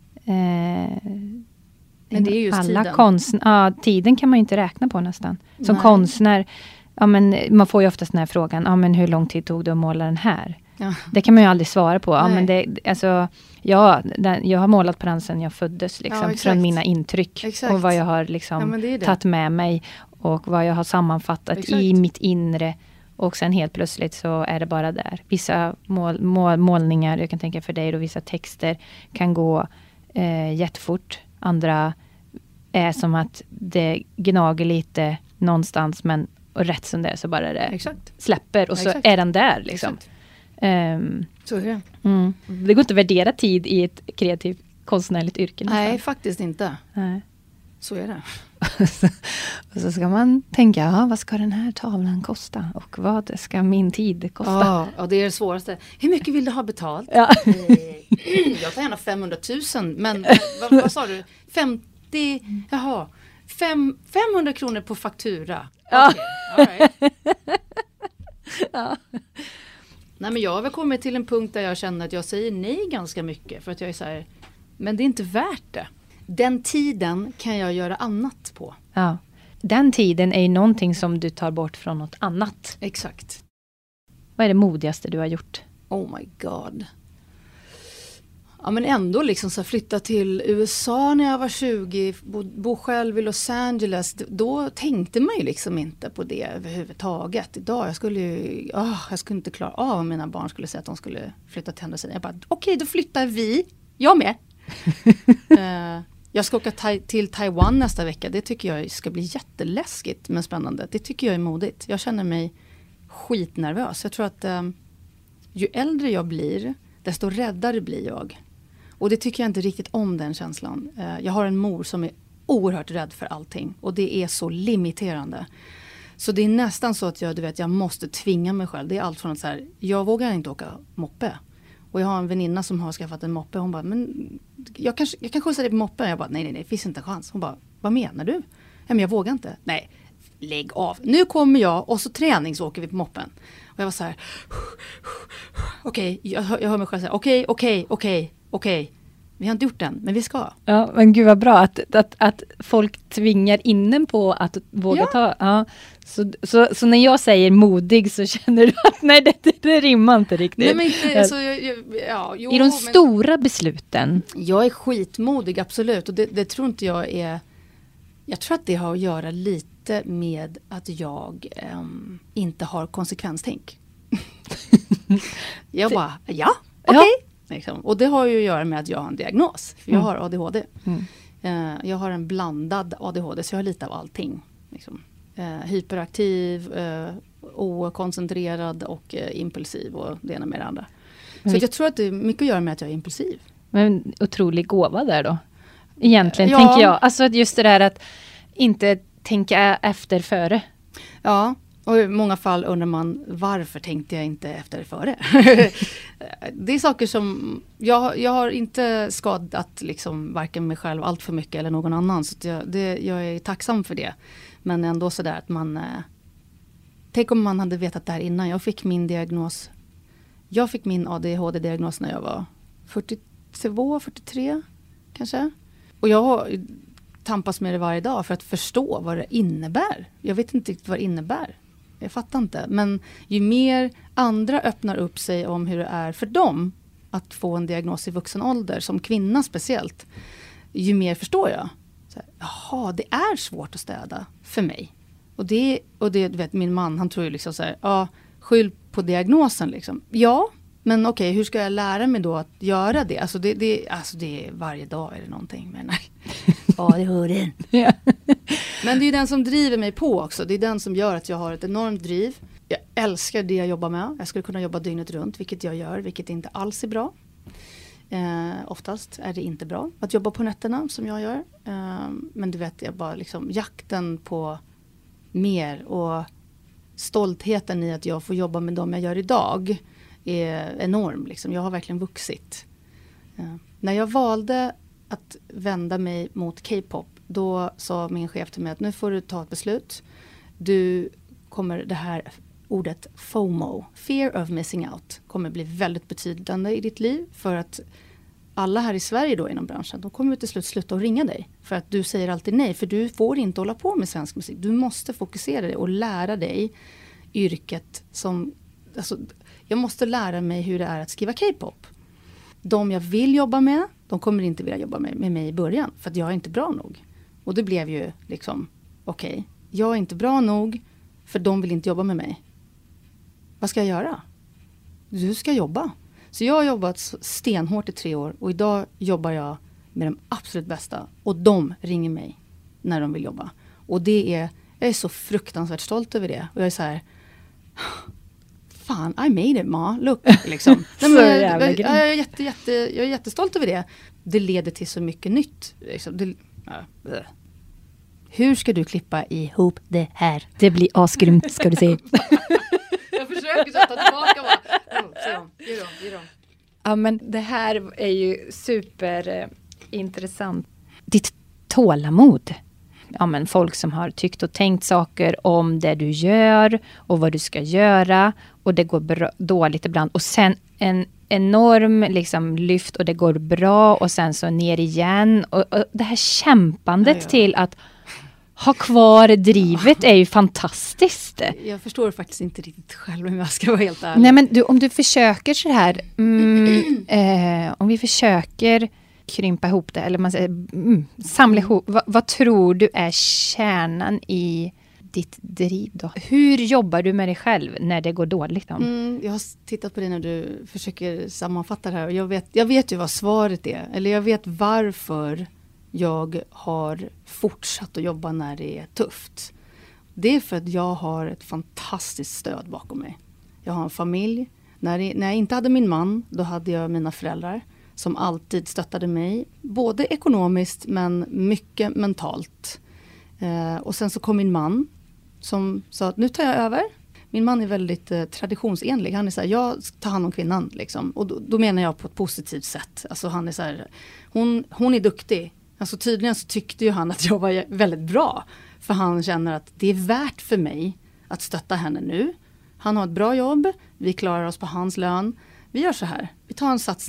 Eh, men det är just alla tiden. Konst, ja, tiden kan man ju inte räkna på nästan. Som Nej. konstnär, ja, men man får ju oftast den här frågan, ja, men hur lång tid tog det att måla den här? Ja. Det kan man ju aldrig svara på. Ja, men det, alltså, ja, den, jag har målat på den sedan jag föddes. Liksom, ja, från mina intryck. Exakt. Och vad jag har liksom, ja, det det. tagit med mig. Och vad jag har sammanfattat exakt. i mitt inre. Och sen helt plötsligt så är det bara där. Vissa mål, mål, målningar, jag kan tänka för dig, och vissa texter kan gå eh, jättefort. Andra är som att det gnager lite någonstans, men och rätt som det är så bara det exakt. släpper. Och så exakt. är den där liksom. Exakt. Um, så är det. Mm. Det går inte att värdera tid i ett kreativt konstnärligt yrke. Nej, nästan. faktiskt inte. Nej. Så är det. Och så ska man tänka, ja, vad ska den här tavlan kosta? Och vad ska min tid kosta? Ja, ja, det är det svåraste. Hur mycket vill du ha betalt? Ja. Jag tar gärna femhundratusen, men vad, vad sa du? femtio, jaha. Fem, femhundra kronor på faktura. Ja. Okay. All right. Ja. Nej, men jag har väl kommit till en punkt där jag känner att jag säger nej ganska mycket. För att jag är så här, men det är inte värt det. Den tiden kan jag göra annat på. Ja. Den tiden är ju någonting som du tar bort från något annat. Exakt. Vad är det modigaste du har gjort? Oh my god. Ja, men ändå liksom så flytta till U S A när jag var tjugo, bo, bo själv i Los Angeles. Då tänkte man ju liksom inte på det överhuvudtaget. Idag, jag skulle ju, oh, jag skulle inte klara av om mina barn skulle säga att de skulle flytta till andra sidan. Jag bara, okej, okay, då flyttar vi. Jag med. uh, jag ska åka ta- till Taiwan nästa vecka. Det tycker jag ska bli jätteläskigt men spännande. Det tycker jag är modigt. Jag känner mig skitnervös. Jag tror att um, ju äldre jag blir, desto räddare blir jag. Och det tycker jag inte riktigt om, den känslan. Uh, jag har en mor som är oerhört rädd för allting. Och det är så limiterande. Så det är nästan så att jag, du vet, jag måste tvinga mig själv. Det är allt från att så här, jag vågar inte åka moppe. Och jag har en väninna som har skaffat en moppe. Hon bara, men jag kan, jag kan skjutsa dig på moppen. Jag bara, nej, nej, nej, det finns inte en chans. Hon bara, vad menar du? Ja, men jag vågar inte. Nej, lägg av. Nu kommer jag och så tränings åker vi på moppen. Och jag var så här, okej, okay, jag, jag hör mig själv säga, okej, okej, okej, okej. Vi har inte gjort den, men vi ska. Ja, men gud vad bra att, att, att folk tvingar innen på att våga Ja. ta. Ja. Så, så, så när jag säger modig så känner du att nej, det, det, det rimmar inte riktigt. Nej, men inte, alltså, jag, jag, ja, jo, I de men stora besluten. jag är skitmodig, absolut. Och det, det tror inte jag är... Jag tror att det har att göra lite med att jag um, inte har konsekvenstänk. jag bara, ja, okej. Okay. Ja. Liksom. Och det har ju att göra med att jag har en diagnos. För jag Mm. har A D H D. Mm. Uh, jag har en blandad A D H D, så jag har lite av allting. Liksom. Uh, hyperaktiv, uh, okoncentrerad och uh, impulsiv och det ena med det andra. Så Vi- jag tror att det är mycket att göra med att jag är impulsiv. Men otrolig gåva där då. Egentligen Ja. tänker jag. Alltså att just det där att inte tänka efter före. Ja, och i många fall undrar man varför tänkte jag inte efter före. Det är saker som jag, jag har inte skadat liksom varken mig själv allt för mycket eller någon annan. Så att jag, det, jag är tacksam för det. Men ändå sådär att man... Eh, tänk om man hade vetat det här innan. Jag fick min diagnos... Jag fick min A D H D-diagnos när jag var fyrtiotvå, fyrtiotre kanske. Och jag har tampas med det varje dag för att förstå vad det innebär. Jag vet inte riktigt vad det innebär. Jag fattar inte. Men ju mer andra öppnar upp sig om hur det är för dem att få en diagnos i vuxen ålder, som kvinna speciellt, ju mer förstår jag. Så här, jaha, det är svårt att städa för mig. Och det, och det du vet, min man, han tror ju liksom så här, ja, skyll på diagnosen liksom. Ja, men okej, hur ska jag lära mig då att göra det? Alltså det, det, alltså det är varje dag är det någonting, men nej. Ja, det hör in. Ja. Men det är ju den som driver mig på också. Det är den som gör att jag har ett enormt driv. Jag älskar det jag jobbar med. Jag skulle kunna jobba dygnet runt, vilket jag gör, vilket inte alls är bra. Eh, oftast är det inte bra att jobba på nätterna som jag gör. Eh, men du vet, jag bara liksom jakten på mer och stoltheten i att jag får jobba med dem jag gör idag är enorm. Liksom. Jag har verkligen vuxit. Eh, när jag valde att vända mig mot K-pop, då sa min chef till mig att nu får du ta ett beslut. Du kommer, det här ordet FOMO, fear of missing out, kommer bli väldigt betydande i ditt liv, för att alla här i Sverige då inom branschen, de kommer till slut sluta att ringa dig för att du säger alltid nej, för du får inte hålla på med svensk musik. Du måste fokusera dig och lära dig yrket som, alltså, jag måste lära mig hur det är att skriva K-pop. De jag vill jobba med, de kommer inte vilja jobba med, med mig i början, för att jag är inte bra nog. Och det blev ju liksom, okej, okay, jag är inte bra nog, för de vill inte jobba med mig. Vad ska jag göra? Du ska jobba. Så jag har jobbat stenhårt i tre år, och idag jobbar jag med de absolut bästa. Och de ringer mig när de vill jobba. Och det är, jag är så fruktansvärt stolt över det. Och jag är så här, fan, I made it, ma. Look, liksom. Nej, men, jag, jag, jag, är jätte, jätte, jag är jättestolt över det. Det leder till så mycket nytt. Liksom. Det, ja. Hur ska du klippa ihop det här? Det blir asgrymt, ska du se. Jag försöker så att ta tillbaka. Bara. Oh, se om, ge dem, ge dem. Ja, men det här är ju superintressant. Ditt tålamod. Ja, men folk som har tyckt och tänkt saker om det du gör och vad du ska göra, och det går bra, dåligt ibland, och sen en enorm liksom lyft och det går bra, och sen så ner igen, och, och det här kämpandet, ja, ja, till att ha kvar drivet, ja, är ju fantastiskt. Jag förstår faktiskt inte riktigt själv, om jag ska vara helt ärlig. Nej, men du, om du försöker så här, mm, eh, om vi försöker krympa ihop det, eller man säger, mm, samla ihop, vad, vad tror du är kärnan i ditt driv då? Hur jobbar du med dig själv när det går dåligt? Mm, jag har tittat på det när du försöker sammanfatta det här, och jag vet, jag vet ju vad svaret är, eller jag vet varför jag har fortsatt att jobba när det är tufft. Det är för att jag har ett fantastiskt stöd bakom mig. Jag har en familj. När, det, när jag inte hade min man, då hade jag mina föräldrar som alltid stöttade mig. Både ekonomiskt, men mycket mentalt. Eh, och sen så kom min man som sa att nu tar jag över. Min man är väldigt eh, traditionsenlig. Han är så här, jag tar hand om kvinnan. Liksom. Och då, då menar jag på ett positivt sätt. Alltså han är så här, hon, hon är duktig. Alltså tydligen så tyckte ju han att jag var väldigt bra. För han känner att det är värt för mig att stötta henne nu. Han har ett bra jobb. Vi klarar oss på hans lön. Vi gör så här. Vi tar en satsning.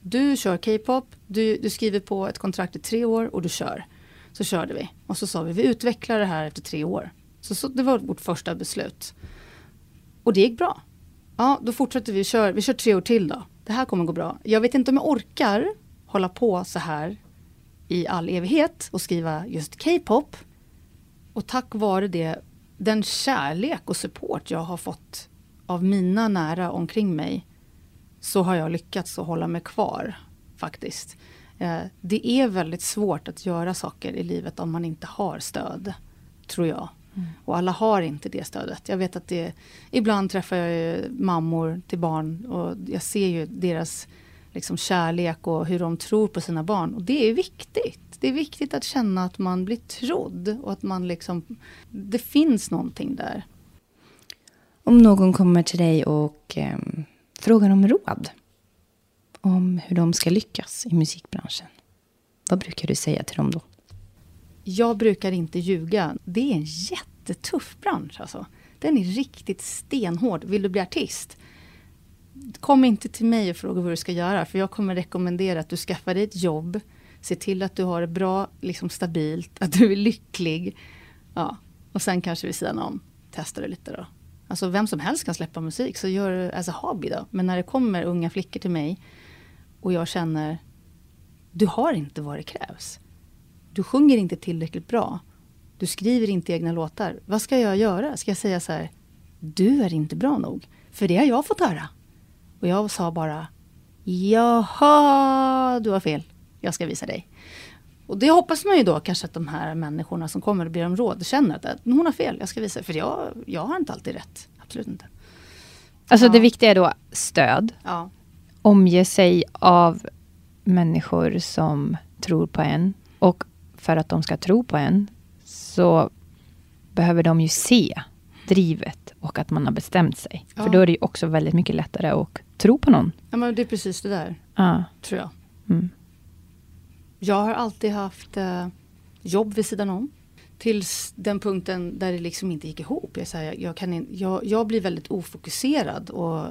du kör K-pop, du, du skriver på ett kontrakt i tre år och du kör. Så körde vi. Och så sa vi, vi utvecklar det här efter tre år. Så, så det var vårt första beslut. Och det gick bra. Ja, då fortsätter vi, kör, vi kör tre år till då. Det här kommer gå bra. Jag vet inte om jag orkar hålla på så här i all evighet och skriva just K-pop. Och tack vare det, den kärlek och support jag har fått av mina nära omkring mig, så har jag lyckats att hålla mig kvar faktiskt. Eh, det är väldigt svårt att göra saker i livet om man inte har stöd, tror jag. Mm. Och alla har inte det stödet. Jag vet att det, ibland träffar jag ju mammor till barn och jag ser ju deras liksom kärlek och hur de tror på sina barn. Och det är viktigt. Det är viktigt att känna att man blir trodd och att man liksom, det finns någonting där. Om någon kommer till dig och eh, frågar om råd om hur de ska lyckas i musikbranschen, vad brukar du säga till dem då? Jag brukar inte ljuga. Det är en jättetuff bransch alltså. Den är riktigt stenhård. Vill du bli artist? Kom inte till mig och fråga vad du ska göra. För jag kommer rekommendera att du skaffar dig ett jobb. Se till att du har det bra, liksom stabilt. Att du är lycklig. Ja. Och sen kanske vi sidan om. Testa det lite då. Alltså vem som helst kan släppa musik. Så gör det as a hobby då. Men när det kommer unga flickor till mig. Och jag känner. Du har inte vad det krävs. Du sjunger inte tillräckligt bra. Du skriver inte egna låtar. Vad ska jag göra? Ska jag säga så här. Du är inte bra nog. För det har jag fått höra. Och jag sa bara. Jaha, du har fel. Jag ska visa dig. Och det hoppas man ju då kanske att de här människorna som kommer och ber om råd känner att hon har fel. Jag ska visa. För jag, jag har inte alltid rätt. Absolut inte. Alltså ja. Det viktiga är då stöd. Ja. Omge sig av människor som tror på en. Och för att de ska tro på en så behöver de ju se drivet och att man har bestämt sig. Ja. För då är det ju också väldigt mycket lättare att tro på någon. Ja, men det är precis det där. Ja. Tror jag. Mm. Jag har alltid haft eh, jobb vid sidan om. Tills den punkten där det liksom inte gick ihop. Jag, så här, jag, jag, kan in, jag, jag blir väldigt ofokuserad. Och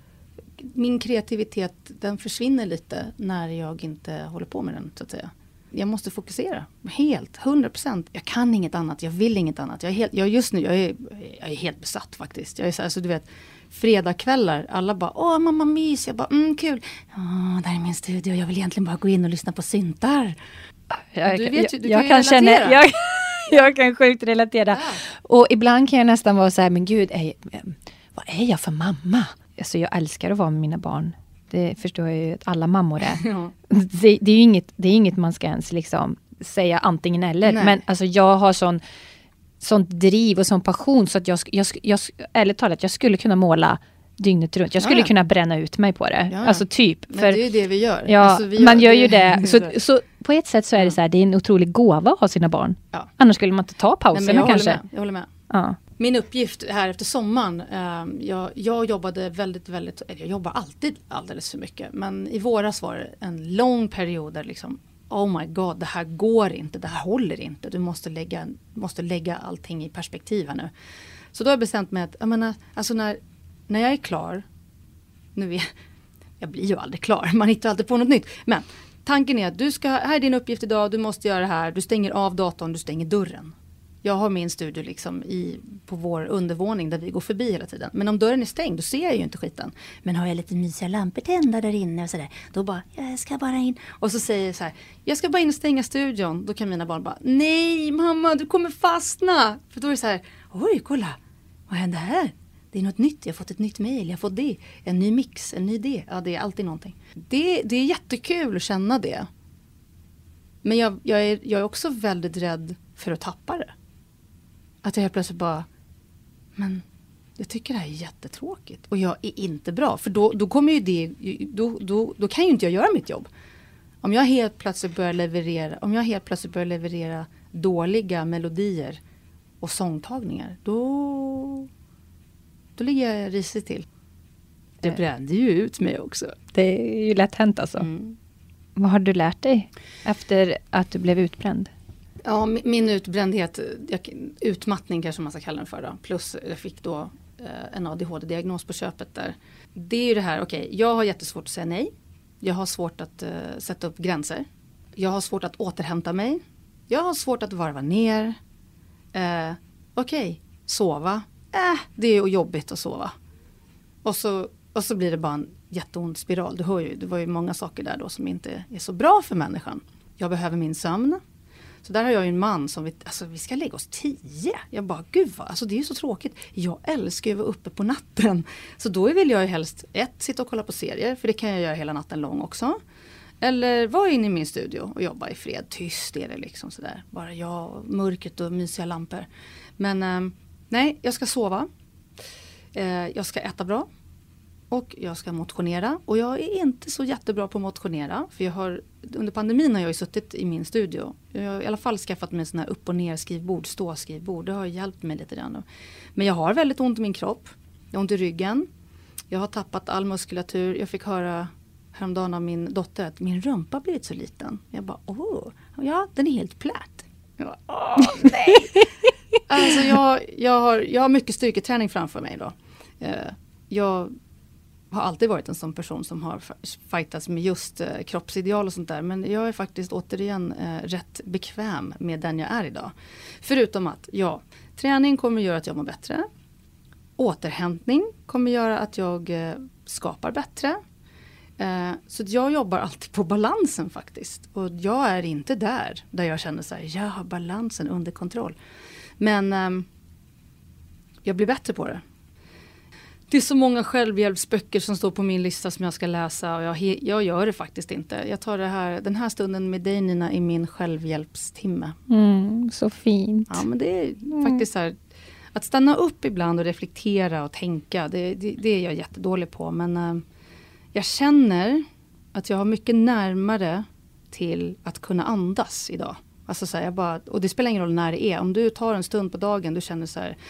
min kreativitet den försvinner lite när jag inte håller på med den så att säga. Jag måste fokusera. Helt, hundra procent. Jag kan inget annat, jag vill inget annat. Jag är helt, jag just nu, jag är, jag är helt besatt faktiskt. Jag är så här, så du vet, fredagskvällar, alla bara, åh mamma mys, jag bara, mm kul. Åh, där är min studio, jag vill egentligen bara gå in och lyssna på syntar. Jag, du vet ju, du jag, kan, jag kan känna, jag, jag kan sjukt relatera. Ja. Och ibland kan jag nästan vara så här, men gud, är, vad är jag för mamma? Alltså jag älskar att vara med mina barn. Det förstår jag ju att alla mammor är. Ja. Det, det är ju inget, det är inget man ska ens liksom säga antingen eller. Nej. Men alltså jag har sån, sånt driv och sån passion så att jag, jag, jag, ärligt talat, jag skulle kunna måla dygnet runt. Jag skulle ja, ja. kunna bränna ut mig på det. Ja. Alltså typ. Men för, det är ju det vi gör. Ja, alltså, vi man gör, gör ju det. det. Så, så på ett sätt så är det så här, det är en otrolig gåva att ha sina barn. Ja. Annars skulle man inte ta pauserna. Nej, men jag kanske. Håller med. Jag håller med. Ja. Min uppgift här efter sommaren, eh, jag, jag jobbade väldigt, väldigt, eller jag jobbar alltid alldeles för mycket. Men i våras var det en lång period där liksom, oh my god, det här går inte, det här håller inte. Du måste lägga, måste lägga allting i perspektiv här nu. Så då har jag bestämt mig att, jag menar, alltså när, när jag är klar, nu är, jag blir ju aldrig klar, man hittar alltid på något nytt. Men tanken är att du ska, här är din uppgift idag, du måste göra det här, du stänger av datorn, du stänger dörren. Jag har min studio liksom i, på vår undervåning där vi går förbi hela tiden. Men om dörren är stängd, då ser jag ju inte skiten. Men har jag lite mysiga lampor tända där inne och sådär, då bara, jag ska bara in. Och så säger jag så här, jag ska bara in och stänga studion. Då kan mina barn bara, nej mamma, du kommer fastna. För då är det så här, oj kolla, vad händer här? Det är något nytt, jag har fått ett nytt mejl, jag har fått det. En ny mix, en ny det. Ja, det är alltid någonting. Det, det är jättekul att känna det. Men jag, jag, är, jag är också väldigt rädd för att tappa det. Att jag helt plötsligt bara, men jag tycker det här är jättetråkigt. Och jag är inte bra. För då, då kommer ju det, då, då, då kan ju inte jag göra mitt jobb. Om jag helt plötsligt börjar leverera, om jag helt plötsligt börjar leverera dåliga melodier och sångtagningar, då, då ligger jag risigt till. Det brände ju ut mig också. Det är ju lätt hänt alltså. Mm. Vad har du lärt dig efter att du blev utbränd? Ja, min, min utbrändhet, jag, utmattning kanske man ska kalla den för då. Plus jag fick då eh, en A D H D-diagnos på köpet där. Det är ju det här, okej, okay, jag har jättesvårt att säga nej. Jag har svårt att uh, sätta upp gränser. Jag har svårt att återhämta mig. Jag har svårt att varva ner. Uh, Okej, okay. Sova. Äh, det är jobbigt att sova. Och så, och så blir det bara en jätteond spiral. Du hör ju, det var ju många saker där då som inte är så bra för människan. Jag behöver min sömn. Så där har jag ju en man som, vi, alltså vi ska lägga oss tio. Jag bara, gud vad, alltså det är ju så tråkigt. Jag älskar ju att vara uppe på natten. Så då vill jag ju helst, ett, sitta och kolla på serier. För det kan jag göra hela natten lång också. Eller vara inne i min studio och jobba i fred. Tyst är det liksom sådär. Bara jag, mörkret och mysiga lampor. Men eh, nej, jag ska sova. Eh, jag ska äta bra. Och jag ska motionera. Och jag är inte så jättebra på att motionera. För jag har, under pandemin har jag ju suttit i min studio. Jag har i alla fall skaffat mig sån här upp och ner skrivbord, stå skrivbord. Det har hjälpt mig lite grann. Men jag har väldigt ont i min kropp. Jag har ont i ryggen. Jag har tappat all muskulatur. Jag fick höra häromdagen av min dotter att min rumpa blivit så liten. Jag bara, åh, ja, den är helt platt. Jag bara, åh, nej. Alltså jag, jag, har, jag har mycket styrketräning framför mig då. Jag har alltid varit en sån person som har fightats med just eh, kroppsideal och sånt där. Men jag är faktiskt återigen eh, rätt bekväm med den jag är idag. Förutom att, ja, träning kommer göra att jag mår bättre. Återhämtning kommer göra att jag eh, skapar bättre. Eh, så jag jobbar alltid på balansen faktiskt. Och jag är inte där, där jag känner så här, jag har balansen under kontroll. Men eh, jag blir bättre på det. Det är så många självhjälpsböcker som står på min lista som jag ska läsa och jag, jag gör det faktiskt inte. Jag tar det här, den här stunden med dig, Nina, i min självhjälpstimme. Mm, så fint. Ja, men det är mm. faktiskt så här, att stanna upp ibland och reflektera och tänka, det, det, det är jag jättedålig på. Men äh, jag känner att jag har mycket närmare till att kunna andas idag. Alltså så här, jag bara, och det spelar ingen roll när det är. Om du tar en stund på dagen, du känner så här...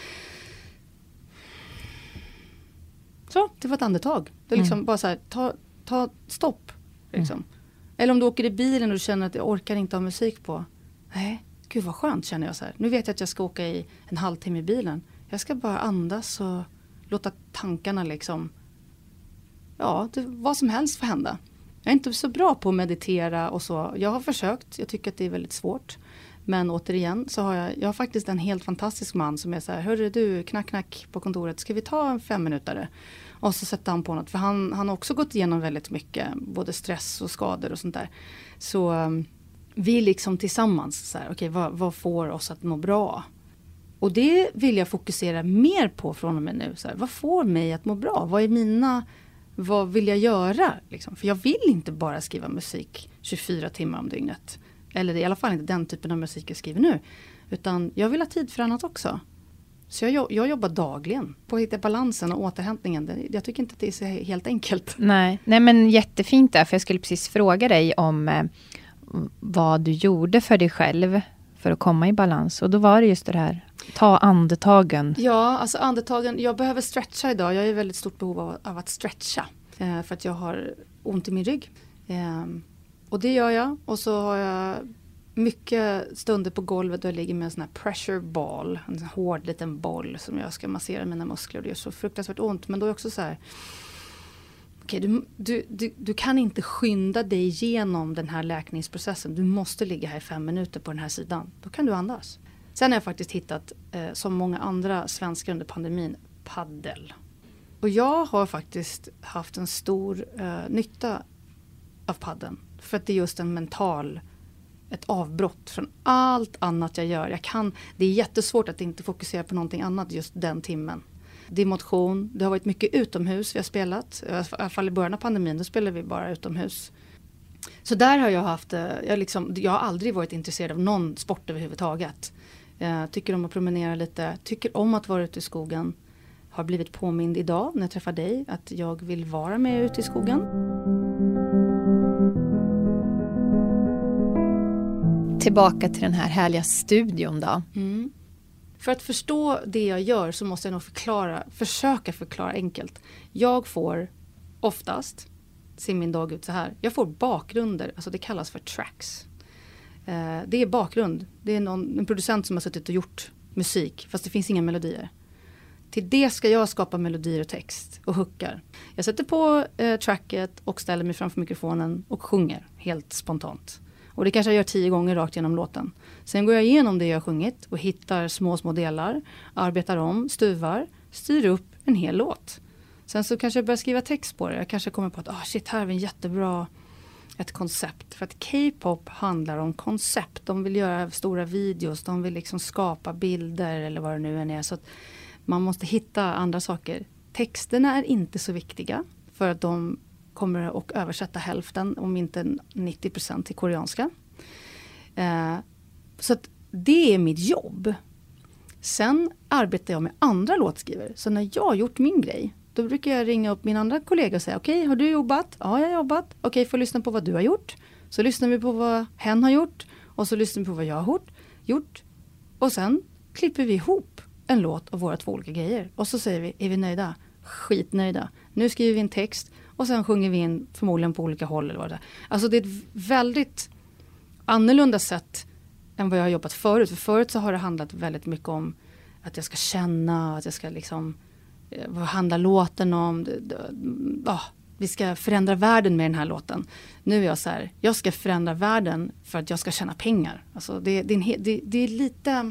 Så, det var ett andetag. Det är liksom mm. bara så här, ta, ta stopp. Liksom. Mm. Eller om du åker i bilen och du känner att jag orkar inte ha musik på. Nej, gud vad skönt känner jag så här. Nu vet jag att jag ska åka i en halvtimme i bilen. Jag ska bara andas och låta tankarna liksom, ja, det, vad som helst får hända. Jag är inte så bra på att meditera och så. Jag har försökt, jag tycker att det är väldigt svårt. Men återigen så har jag, jag har faktiskt en helt fantastisk man som är så här, hörru du, knack knack på kontoret, ska vi ta en fem minuter? Och så sätter han på något, för han, han har också gått igenom väldigt mycket, både stress och skador och sånt där. Så um, vi liksom tillsammans, så här, okej, vad, vad får oss att må bra? Och det vill jag fokusera mer på från och med nu. Så här, vad får mig att må bra? Vad är mina, vad vill jag göra? Liksom? För jag vill inte bara skriva musik tjugofyra timmar om dygnet. Eller i alla fall inte den typen av musik jag skriver nu. Utan jag vill ha tid för annat också. Så jag, jag jobbar dagligen på att hitta balansen och återhämtningen. Jag tycker inte att det är så helt enkelt. Nej, Nej men jättefint där. För jag skulle precis fråga dig om eh, vad du gjorde för dig själv för att komma i balans. Och då var det just det här, ta andetagen. Ja, alltså andetagen. Jag behöver stretcha idag. Jag är i väldigt stort behov av, av att stretcha. Eh, för att jag har ont i min rygg. Eh, och det gör jag. Och så har jag mycket stunder på golvet då jag ligger med en sån här pressure ball. En sån hård liten boll som jag ska massera mina muskler. Och det gör så fruktansvärt ont. Men då är också så här, okej, du, du, du, du kan inte skynda dig igenom den här läkningsprocessen. Du måste ligga här i fem minuter på den här sidan. Då kan du andas. Sen har jag faktiskt hittat, eh, som många andra svenskar under pandemin, paddel. Och jag har faktiskt haft en stor eh, nytta av paddeln. För att det är just en mental, ett avbrott från allt annat jag gör. Jag kan, det är jättesvårt att inte fokusera på någonting annat just den timmen. Det är motion, det har varit mycket utomhus vi har spelat. I alla fall i början av pandemin, då spelade vi bara utomhus. Så där har jag haft, jag, liksom, jag har aldrig varit intresserad av någon sport överhuvudtaget. Jag tycker om att promenera lite, tycker om att vara ute i skogen. Har blivit påmind idag när jag träffar dig att jag vill vara med ute i skogen. Tillbaka till den här härliga studion då. Mm. För att förstå det jag gör så måste jag nog förklara, försöka förklara enkelt. Jag får oftast, ser min dag ut så här, jag får bakgrunder, alltså det kallas för tracks. Eh, det är bakgrund, det är någon, en producent som har suttit och gjort musik, fast det finns inga melodier. Till det ska jag skapa melodier och text och hookar. Jag sätter på eh, tracket och ställer mig framför mikrofonen och sjunger helt spontant. Och det kanske jag gör tio gånger rakt genom låten. Sen går jag igenom det jag har sjungit och hittar små, små delar. Arbetar om, stuvar, styr upp en hel låt. Sen så kanske jag börjar skriva text på det. Jag kanske kommer på att oh, shit, här är en jättebra ett koncept. För att K-pop handlar om koncept. De vill göra stora videos. De vill liksom skapa bilder eller vad det nu än är. Så att man måste hitta andra saker. Texterna är inte så viktiga. För att de kommer att översätta hälften, om inte nittio procent till koreanska. Eh, så att det är mitt jobb. Sen arbetar jag med andra låtskrivare. Så när jag har gjort min grej, då brukar jag ringa upp min andra kollega och säga okej, okay, har du jobbat? Ja, jag har jobbat. Okej, okay, får lyssna på vad du har gjort. Så lyssnar vi på vad hen har gjort. Och så lyssnar vi på vad jag har gjort. Och sen klipper vi ihop en låt av våra två olika grejer. Och så säger vi, är vi nöjda? Skitnöjda. Nu skriver vi en text och sen sjunger vi in förmodligen på olika håll. Eller vad det är. Alltså det är ett väldigt annorlunda sätt än vad jag har jobbat förut. För förut så har det handlat väldigt mycket om att jag ska känna, att jag ska liksom, vad handlar låten om? Oh, vi ska förändra världen med den här låten. Nu är jag så här, jag ska förändra världen för att jag ska tjäna pengar. Alltså det, det, är, en, det, det är lite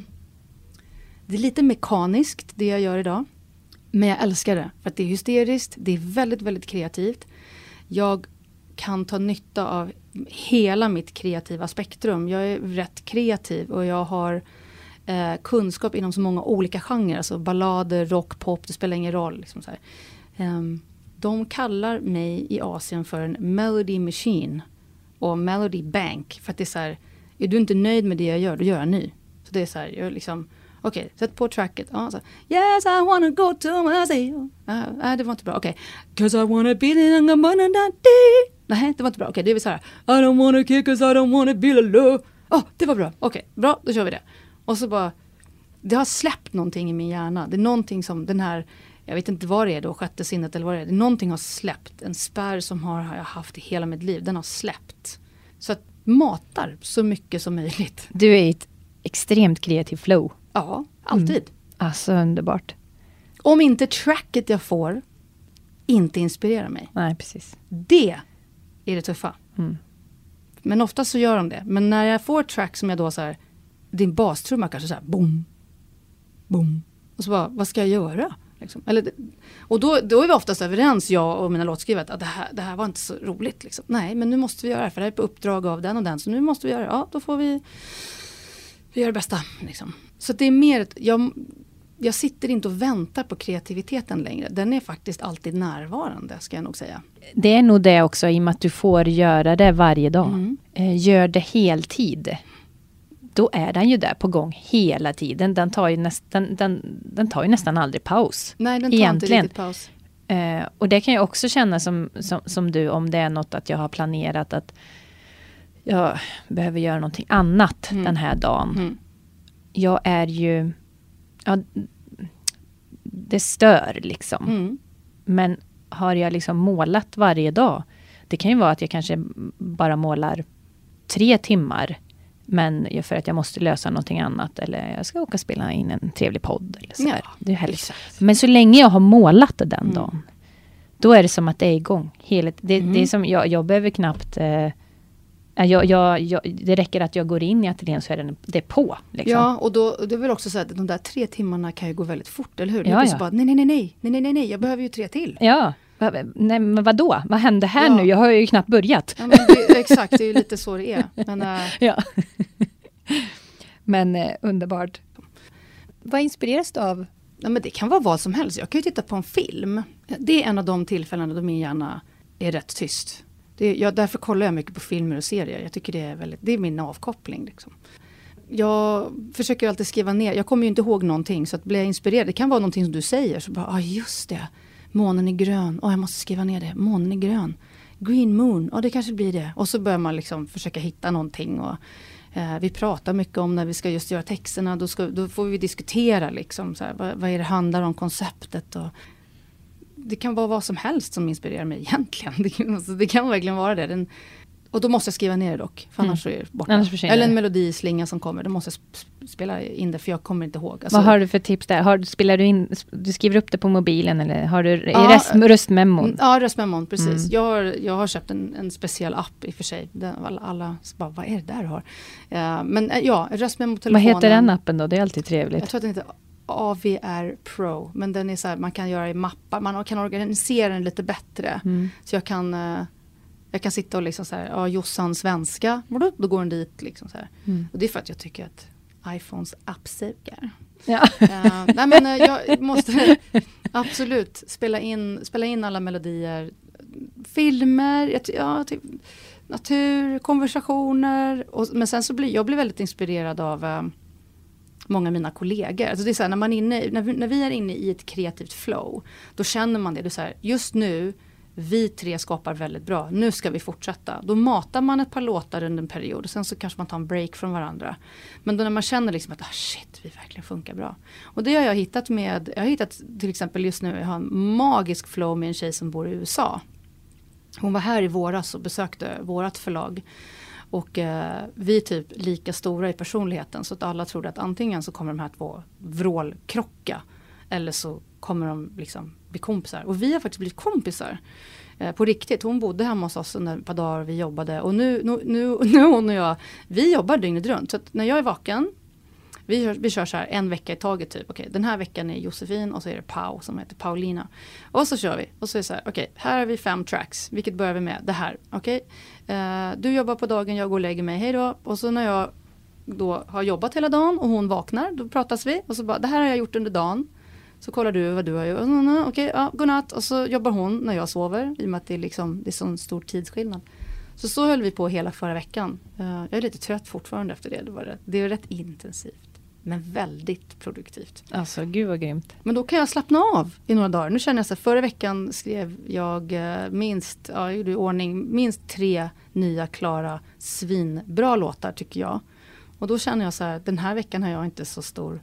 det är lite mekaniskt det jag gör idag. Men jag älskar det för att det är hysteriskt, det är väldigt, väldigt kreativt. Jag kan ta nytta av hela mitt kreativa spektrum. Jag är rätt kreativ och jag har eh, kunskap inom så många olika genrer. Alltså ballader, rock, pop, det spelar ingen roll. Liksom så här. Um, de kallar mig i Asien för en melody machine och melody bank. För att det är så här, är du inte nöjd med det jag gör, då gör jag ny. Så det är så här, jag liksom... Okej, okay, sätt på tracket. Ja, så. Yes, I wanna go to Brazil. Nej, uh, uh, det var inte bra. Okej. Okay. Cause I wanna be in a man and Nej, det var inte bra. Okej, okay, det är vi så här. I don't wanna kick cause I don't wanna be alone. Åh, oh, det var bra. Okej, okay, bra. Då kör vi det. Och så bara, det har släppt någonting i min hjärna. Det är någonting som den här, jag vet inte vad det är då, sjätte sinnet eller vad det är. Det är någonting har släppt. En spärr som har, har jag haft i hela mitt liv. Den har släppt. Så att matar så mycket som möjligt. Du är i ett extremt kreativt flow. Ja, alltid. Mm. Alltså underbart. Om inte tracket jag får inte inspirerar mig. Nej, precis. Det är det tuffa. Mm. Men ofta så gör de det. Men när jag får track som jag då så här, din bastrumma kanske så här, boom, boom. Och så bara, vad ska jag göra? Liksom. Eller, och då, då är vi oftast överens, jag och mina låtskrivare, att det här, det här var inte så roligt. Liksom. Nej, men nu måste vi göra det. För det är på uppdrag av den och den. Så nu måste vi göra det. Ja, då får vi, vi göra det bästa. Liksom. Så det är mer, jag, jag sitter inte och väntar på kreativiteten längre. Den är faktiskt alltid närvarande, ska jag nog säga. Det är nog det också, i och med att du får göra det varje dag. Mm. Gör det heltid. Då är den ju där på gång hela tiden. Den tar ju, näst, den, den, den tar ju nästan aldrig paus. Nej, den tar egentligen. Inte riktigt paus. Eh, och det kan jag också känna som, som, som du, om det är något att jag har planerat att jag behöver göra någonting annat mm. den här dagen. Mm. Jag är ju, ja, det stör liksom. Mm. Men har jag liksom målat varje dag, det kan ju vara att jag kanske bara målar tre timmar, men för att jag måste lösa någonting annat, eller jag ska åka och spela in en trevlig podd eller så här. Ja, det är härligt. Men så länge jag har målat den mm. dagen, då är det som att det är igång. Hela, det, mm. det är som, jag, jag behöver knappt eh, Jag, jag, jag, det räcker att jag går in i ateljén så är det, det är på. Liksom. Ja, och då det vill också säga att de där tre timmarna kan ju gå väldigt fort, eller hur? Ja, ja. Så bara, nej, nej, nej, nej, nej, nej, nej, jag behöver ju tre till. Ja, nej, men vadå? Vad hände här ja. nu? Jag har ju knappt börjat. Ja, men det, exakt, det är ju lite så det är. Men, äh... ja. men eh, underbart. Vad inspireras du av? Ja, men det kan vara vad som helst. Jag kan ju titta på en film. Det är en av de tillfällena då min hjärna är rätt tyst. Det, jag, därför kollar jag mycket på filmer och serier. Jag tycker det är väldigt, det är min avkoppling. Liksom. Jag försöker alltid skriva ner. Jag kommer ju inte ihåg någonting, så att blir jag inspirerad. Det kan vara någonting som du säger. Så bara, ja ah, just det. Månen är grön. Åh, oh, jag måste skriva ner det. Månen är grön. Green moon. Ja, oh, det kanske blir det. Och så börjar man liksom försöka hitta någonting. Och, eh, vi pratar mycket om när vi ska just göra texterna. Då, ska, då får vi diskutera liksom. Så här, vad, vad är det handlar om, konceptet och... Det kan vara vad som helst som inspirerar mig egentligen. Det kan, alltså, det kan verkligen vara det. Den, Och då måste jag skriva ner det dock. För annars mm. är det borta. Eller en melodislinga som kommer. Då måste jag spela in det. För jag kommer inte ihåg. Alltså, vad har du för tips där? Har, spelar du in... Du skriver upp det på mobilen? Eller har du ja, röst, röstmemon? Ja, röstmemon. Precis. Mm. Jag, har, jag har köpt en, en speciell app i och för sig. Den, alla, alla bara, vad är det där du har? Uh, men uh, ja, röstmemo-telefonen. Vad heter den appen då? Det är alltid trevligt. Jag tror att den heter A V R Pro. Men den är så här, man kan göra i mappar. Man kan organisera den lite bättre. Mm. Så jag kan... Uh, Jag kan sitta och liksom så här, ja, Jossan svenska, då går den dit liksom så här. Mm. Och det är för att jag tycker att iPhones appsugar. Ja. Uh, nej men uh, jag måste absolut spela in, spela in alla melodier, filmer, ja, typ, natur, konversationer. Och, men sen så blir jag blir väldigt inspirerad av uh, många av mina kollegor. Alltså det är så här, när man är inne, när vi, när vi är inne i ett kreativt flow, då känner man det. Det är så här, just nu vi tre skapar väldigt bra. Nu ska vi fortsätta. Då matar man ett par låtar under en period. Och sen så kanske man tar en break från varandra. Men då när man känner liksom att ah, shit, vi verkligen funkar bra. Och det har jag hittat med. Jag har hittat till exempel just nu. Jag har en magisk flow med en tjej som bor i U S A. Hon var här i våras och besökte vårat förlag. Och eh, vi är typ lika stora i personligheten. Så att alla trodde att antingen så kommer de här två vrålkrocka. Eller så kommer de liksom bli kompisar. Och vi har faktiskt blivit kompisar. Eh, på riktigt. Hon bodde hemma hos oss under ett par dagar och vi jobbade. Och nu, nu, nu, nu hon och jag, vi jobbar dygnet runt. Så att när jag är vaken, vi, vi kör så här en vecka i taget typ. Okej, den här veckan är Josefin och så är det Pau som heter Paulina. Och så kör vi. Och så är det så här, okej, här har vi fem tracks. Vilket börjar vi med? Det här, okej. Eh, du jobbar på dagen, jag går och lägger mig. Hej då. Och så när jag då har jobbat hela dagen och hon vaknar, då pratas vi. Och så bara, det här har jag gjort under dagen. Så kollar du vad du har gjort. Okej, okay, ja, godnatt. Och så jobbar hon när jag sover. I och med att det är, liksom, det är sån stor tidsskillnad. Så så höll vi på hela förra veckan. Uh, jag är lite trött fortfarande efter det. Det, var rätt, det är rätt intensivt. Men väldigt produktivt. Alltså, gud vad grymt. Men då kan jag slappna av i några dagar. Nu känner jag så här, förra veckan skrev jag uh, minst, ja, jag gjorde i ordning, minst tre nya, klara, svinbra låtar tycker jag. Och då känner jag så här, den här veckan har jag inte så stor...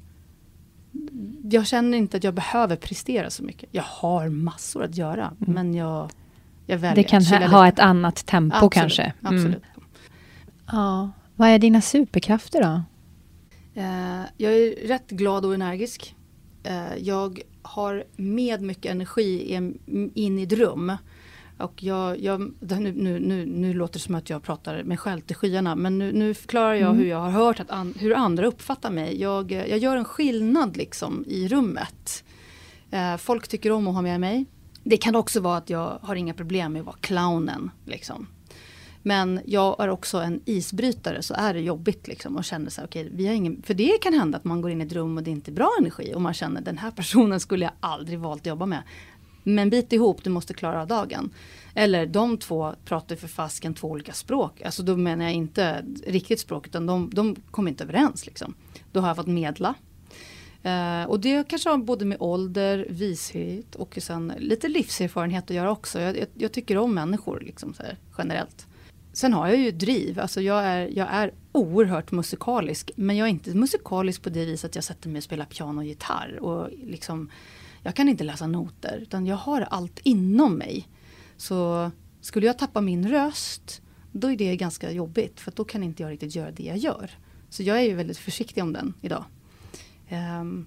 Jag känner inte att jag behöver prestera så mycket. Jag har massor att göra. Mm. Men jag, jag väljer. Det kan ha, ha ett annat tempo absolut, kanske. Mm. Absolut. Ja. Vad är dina superkrafter då? Uh, jag är rätt glad och energisk. Uh, jag har med mycket energi in, in i ett rum. Och jag, jag, nu, nu, nu, nu låter det som att jag pratar mig själv till skyarna. Men nu, nu förklarar jag mm. hur jag har hört att an, hur andra uppfattar mig. Jag, jag gör en skillnad liksom i rummet. Eh, folk tycker om att ha med mig. Det kan också vara att jag har inga problem med att vara clownen. Liksom. Men jag är också en isbrytare, så är det jobbigt liksom. Och känner så här, okej, vi har ingen... För det kan hända att man går in i ett rum och det är inte är bra energi. Och man känner, den här personen skulle jag aldrig valt att jobba med. Men bit ihop, du måste klara av dagen. Eller de två pratar för fasken två olika språk. Alltså då menar jag inte riktigt språk, utan de, de kommer inte överens. Liksom. Då har jag fått medla. Uh, och det kanske har både med ålder, vishet och sen lite livserfarenhet att göra också. Jag, jag, jag tycker om människor liksom, så här, generellt. Sen har jag ju driv. Alltså jag är, jag är oerhört musikalisk. Men jag är inte musikalisk på det viset att jag sätter mig och spelar piano och gitarr. Och liksom... Jag kan inte läsa noter, utan jag har allt inom mig. Så skulle jag tappa min röst, då är det ganska jobbigt. För då kan inte jag riktigt göra det jag gör. Så jag är ju väldigt försiktig om den idag. Um,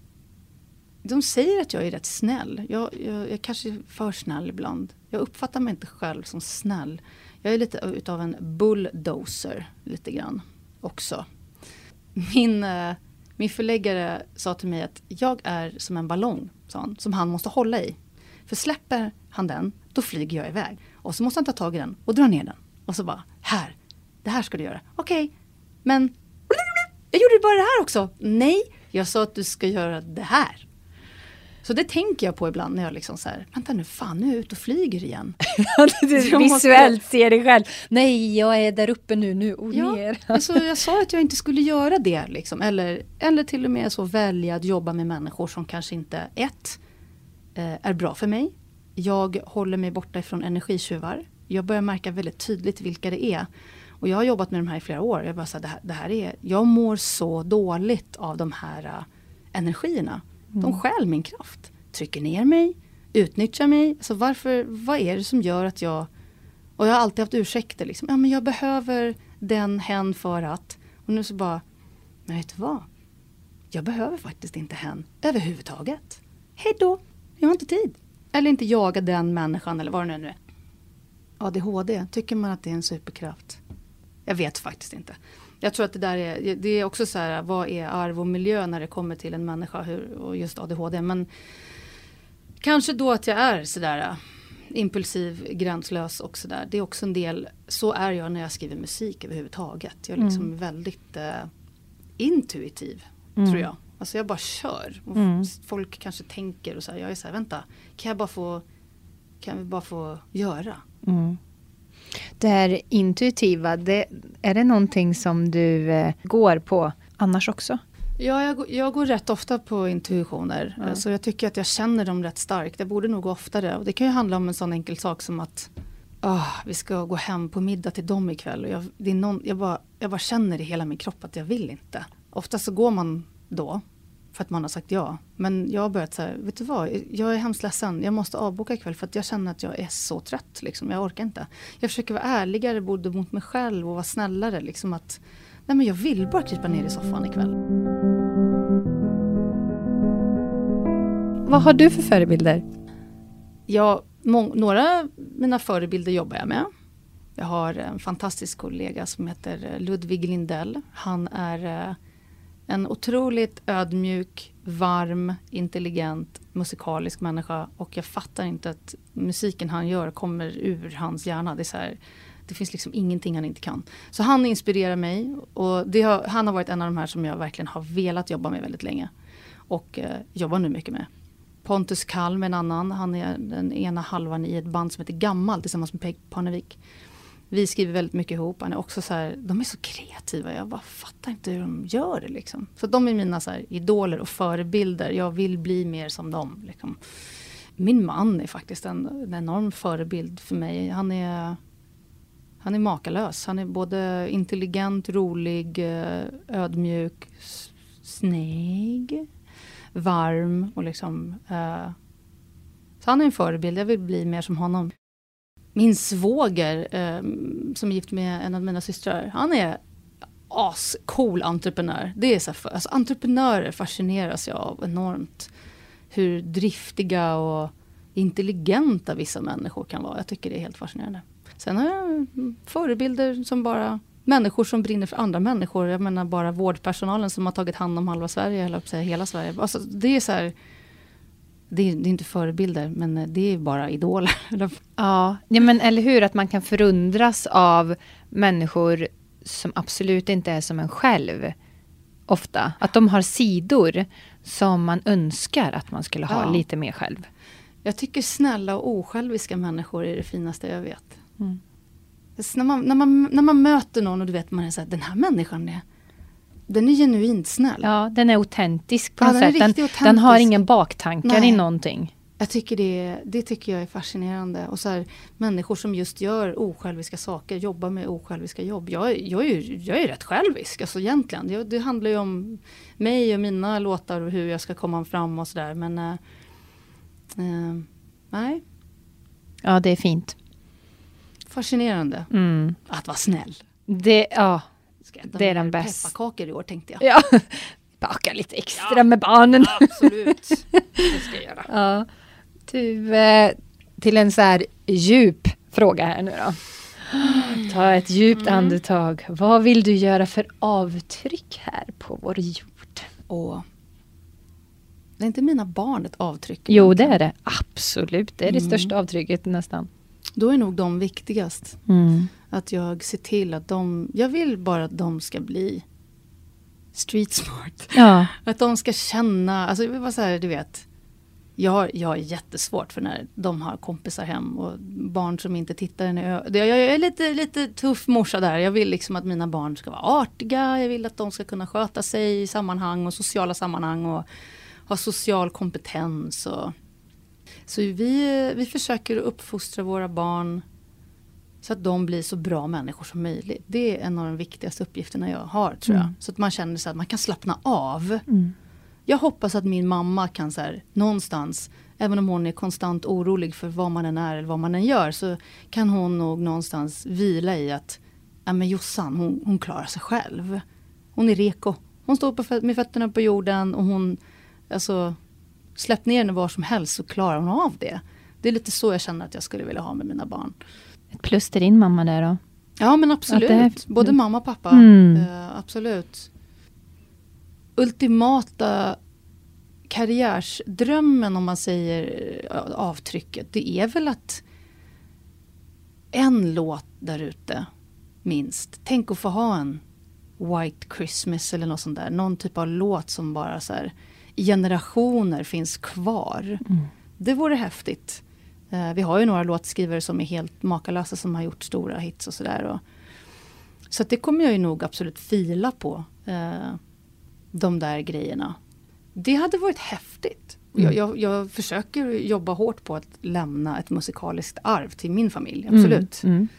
de säger att jag är rätt snäll. Jag, jag, jag kanske är för snäll ibland. Jag uppfattar mig inte själv som snäll. Jag är lite utav en bulldozer, lite grann också. Min... Uh, Min förläggare sa till mig att jag är som en ballong, sa han, som han måste hålla i. För släpper han den, då flyger jag iväg. Och så måste han ta tag i den och dra ner den. Och så bara, här, det här ska du göra. Okej, okay, men jag gjorde bara det här också. Nej, jag sa att du ska göra det här. Så det tänker jag på ibland när jag liksom så här, vänta nu, fan, nu är jag ute och flyger igen. du visuellt måste... ser dig själv. Nej, jag är där uppe nu, nu och ja, ner. alltså, jag sa att jag inte skulle göra det. Liksom. Eller, eller till och med så välja att jobba med människor som kanske inte, ett, eh, är bra för mig. Jag håller mig borta ifrån energitjuvar. Jag börjar märka väldigt tydligt vilka det är. Och jag har jobbat med de här i flera år. Jag bara så här, det här, det här är, jag mår så dåligt av de här uh, energierna. Mm. De stjäl min kraft. Trycker ner mig. Utnyttjar mig. Så varför, vad är det som gör att jag Och jag har alltid haft ursäkter. Liksom. Ja, men jag behöver den hen för att. Och nu så bara, men vet du vad? Jag behöver faktiskt inte hen överhuvudtaget. Hej då, jag har inte tid. Eller inte jaga den människan eller vad det nu är. A D H D, tycker man att det är en superkraft? Jag vet faktiskt inte. Jag tror att det där är, det är också så här, vad är arv och miljö när det kommer till en människa hur, och just A D H D. Men kanske då att jag är sådär impulsiv, gränslös och sådär. Det är också en del, så är jag när jag skriver musik överhuvudtaget. Jag är liksom mm. väldigt eh, intuitiv, mm. tror jag. Alltså jag bara kör. Och mm. folk kanske tänker och så här, jag är så här, vänta, kan jag bara få, kan vi bara få göra? Mm. Det här intuitiva, det, är det någonting som du eh, går på annars också? Ja, jag, jag går rätt ofta på intuitioner. Mm. Så jag tycker att jag känner dem rätt starkt. Jag borde nog gå oftare. Och det kan ju handla om en sån enkel sak som att oh, vi ska gå hem på middag till dem ikväll. Och jag, det är någon, jag, bara, jag bara känner i hela min kropp att jag vill inte. Ofta så går man då för att man har sagt ja. Men jag har börjat så här, vet du vad? Jag är hemskt ledsen. Jag måste avboka ikväll för att jag känner att jag är så trött. Liksom. Jag orkar inte. Jag försöker vara ärligare både mot mig själv och vara snällare. Liksom att, nej men jag vill bara krypa ner i soffan ikväll. Vad har du för förebilder? Ja, må- några mina förebilder jobbar jag med. Jag har en fantastisk kollega som heter Ludvig Lindell. Han är en otroligt ödmjuk, varm, intelligent, musikalisk människa. Och jag fattar inte att musiken han gör kommer ur hans hjärna. Det är så här, det finns liksom ingenting han inte kan. Så han inspirerar mig. Och det har, han har varit en av de här som jag verkligen har velat jobba med väldigt länge. Och eh, jobbar nu mycket med. Pontus Kalm, en annan. Han är den ena halvan i ett band som heter Gammal tillsammans med Peg Parnevik. Vi skriver väldigt mycket ihop. Han är också så här, de är så kreativa. Jag bara fattar inte hur de gör det liksom. Så de är mina så här idoler och förebilder. Jag vill bli mer som dem liksom. Min man är faktiskt en, en enorm förebild för mig. Han är, han är makalös. Han är både intelligent, rolig, ödmjuk, snygg, varm och liksom uh, så han är en förebild. Jag vill bli mer som honom. Min svåger uh, som är gift med en av mina systrar, han är ascool entreprenör. Det är så här, alltså entreprenörer fascineras jag av enormt hur driftiga och intelligenta vissa människor kan vara. Jag tycker det är helt fascinerande. Sen har jag förebilder som bara människor som brinner för andra människor. Jag menar bara vårdpersonalen som har tagit hand om halva Sverige eller säga hela Sverige. Alltså, det är så här, det är, det är inte förebilder, men det är bara idoler. Ja, ja, men eller hur, att man kan förundras av människor som absolut inte är som en själv. Ofta. Att de har sidor som man önskar att man skulle ha ja. lite mer själv. Jag tycker snälla och osjälviska människor är det finaste jag vet. Mm. När man, när, man, när man möter någon och du vet man är så här, den här människan är, den är genuint snäll. Ja, den är autentisk på ja, något den sätt. Den, den har ingen baktankar Nej. i någonting. Jag tycker det, det tycker jag är fascinerande. Och så här, människor som just gör osjälviska saker, jobbar med osjälviska jobb. Jag, jag, är, ju, jag är rätt självisk, alltså egentligen. Det, det handlar ju om mig och mina låtar och hur jag ska komma fram och sådär. Men äh, äh, nej. Ja, det är fint. Fascinerande mm. att vara snäll. Det, ja, det är den bästa. Pepparkakor i år tänkte jag. Ja, baka lite extra ja. med barnen. Absolut, det ska jag göra. Ja. Du, eh, till en så här djup fråga här nu då. Mm. Ta ett djupt mm. andetag. Vad vill du göra för avtryck här på vår jord? Och det är inte mina barn ett avtryck? Jo, det är det. Absolut, det är mm. det största avtrycket nästan. Då är nog de viktigast. Mm. Att jag ser till att de... Jag vill bara att de ska bli street smart. Ja. Att de ska känna... Alltså det var så här, du vet... Jag har, jag har jättesvårt för när de har kompisar hem och barn som inte tittar en i ö- jag, jag är lite, lite tuff morsa där. Jag vill liksom att mina barn ska vara artiga. Jag vill att de ska kunna sköta sig i sammanhang och sociala sammanhang och ha social kompetens. Och, så vi, vi försöker uppfostra våra barn så att de blir så bra människor som möjligt. Det är en av de viktigaste uppgifterna jag har, tror jag. Mm. Så att man känner så att man kan slappna av. Mm. Jag hoppas att min mamma kan så här, någonstans, även om hon är konstant orolig för vad man än är eller vad man än gör, så kan hon nog någonstans vila i att ja, men Jossan, hon, hon klarar sig själv. Hon är reko. Hon står på, med fötterna på jorden och hon, alltså, släpp ner henne var som helst så klarar hon av det. Det är lite så jag känner att jag skulle vilja ha med mina barn. Ett plus till din mamma där då? Ja, men absolut. Är... Både mamma och pappa. Mm. Uh, absolut. Ultimata karriärsdrömmen, om man säger avtrycket, det är väl att en låt där ute minst. Tänk att få ha en White Christmas eller något sånt där. Någon typ av låt som bara så här i generationer finns kvar. Mm. Det vore häftigt. Uh, vi har ju några låtskrivare som är helt makalösa som har gjort stora hits och sådär. Så att det kommer jag ju nog absolut fila på. Uh, de där grejerna. Det hade varit häftigt. Mm. Jag, jag, jag försöker jobba hårt på att lämna ett musikaliskt arv till min familj. Absolut. Mm. Mm.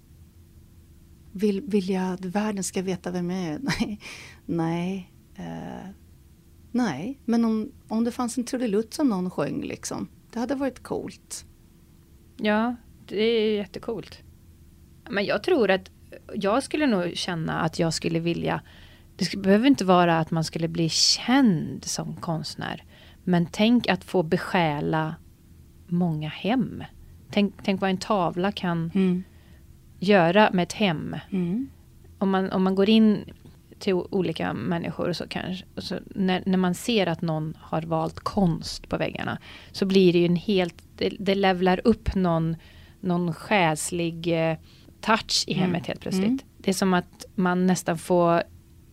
Vill, vill jag att världen ska veta vem jag är? Nej. Nej. Uh, nej. Men om, om det fanns en trudelutt som någon sjöng liksom. Det hade varit coolt. Ja, det är jättecoolt. Men jag tror att jag skulle nog känna att jag skulle vilja... Det skulle, behöver inte vara att man skulle bli känd som konstnär. Men tänk att få besjäla många hem. Tänk, tänk vad en tavla kan mm. göra med ett hem. Mm. Om, man, om man går in till olika människor så kanske, så när, när man ser att någon har valt konst på väggarna så blir det ju en helt, det, det levlar upp någon, någon själslig eh, touch i hemmet mm. helt plötsligt. Mm. Det är som att man nästan får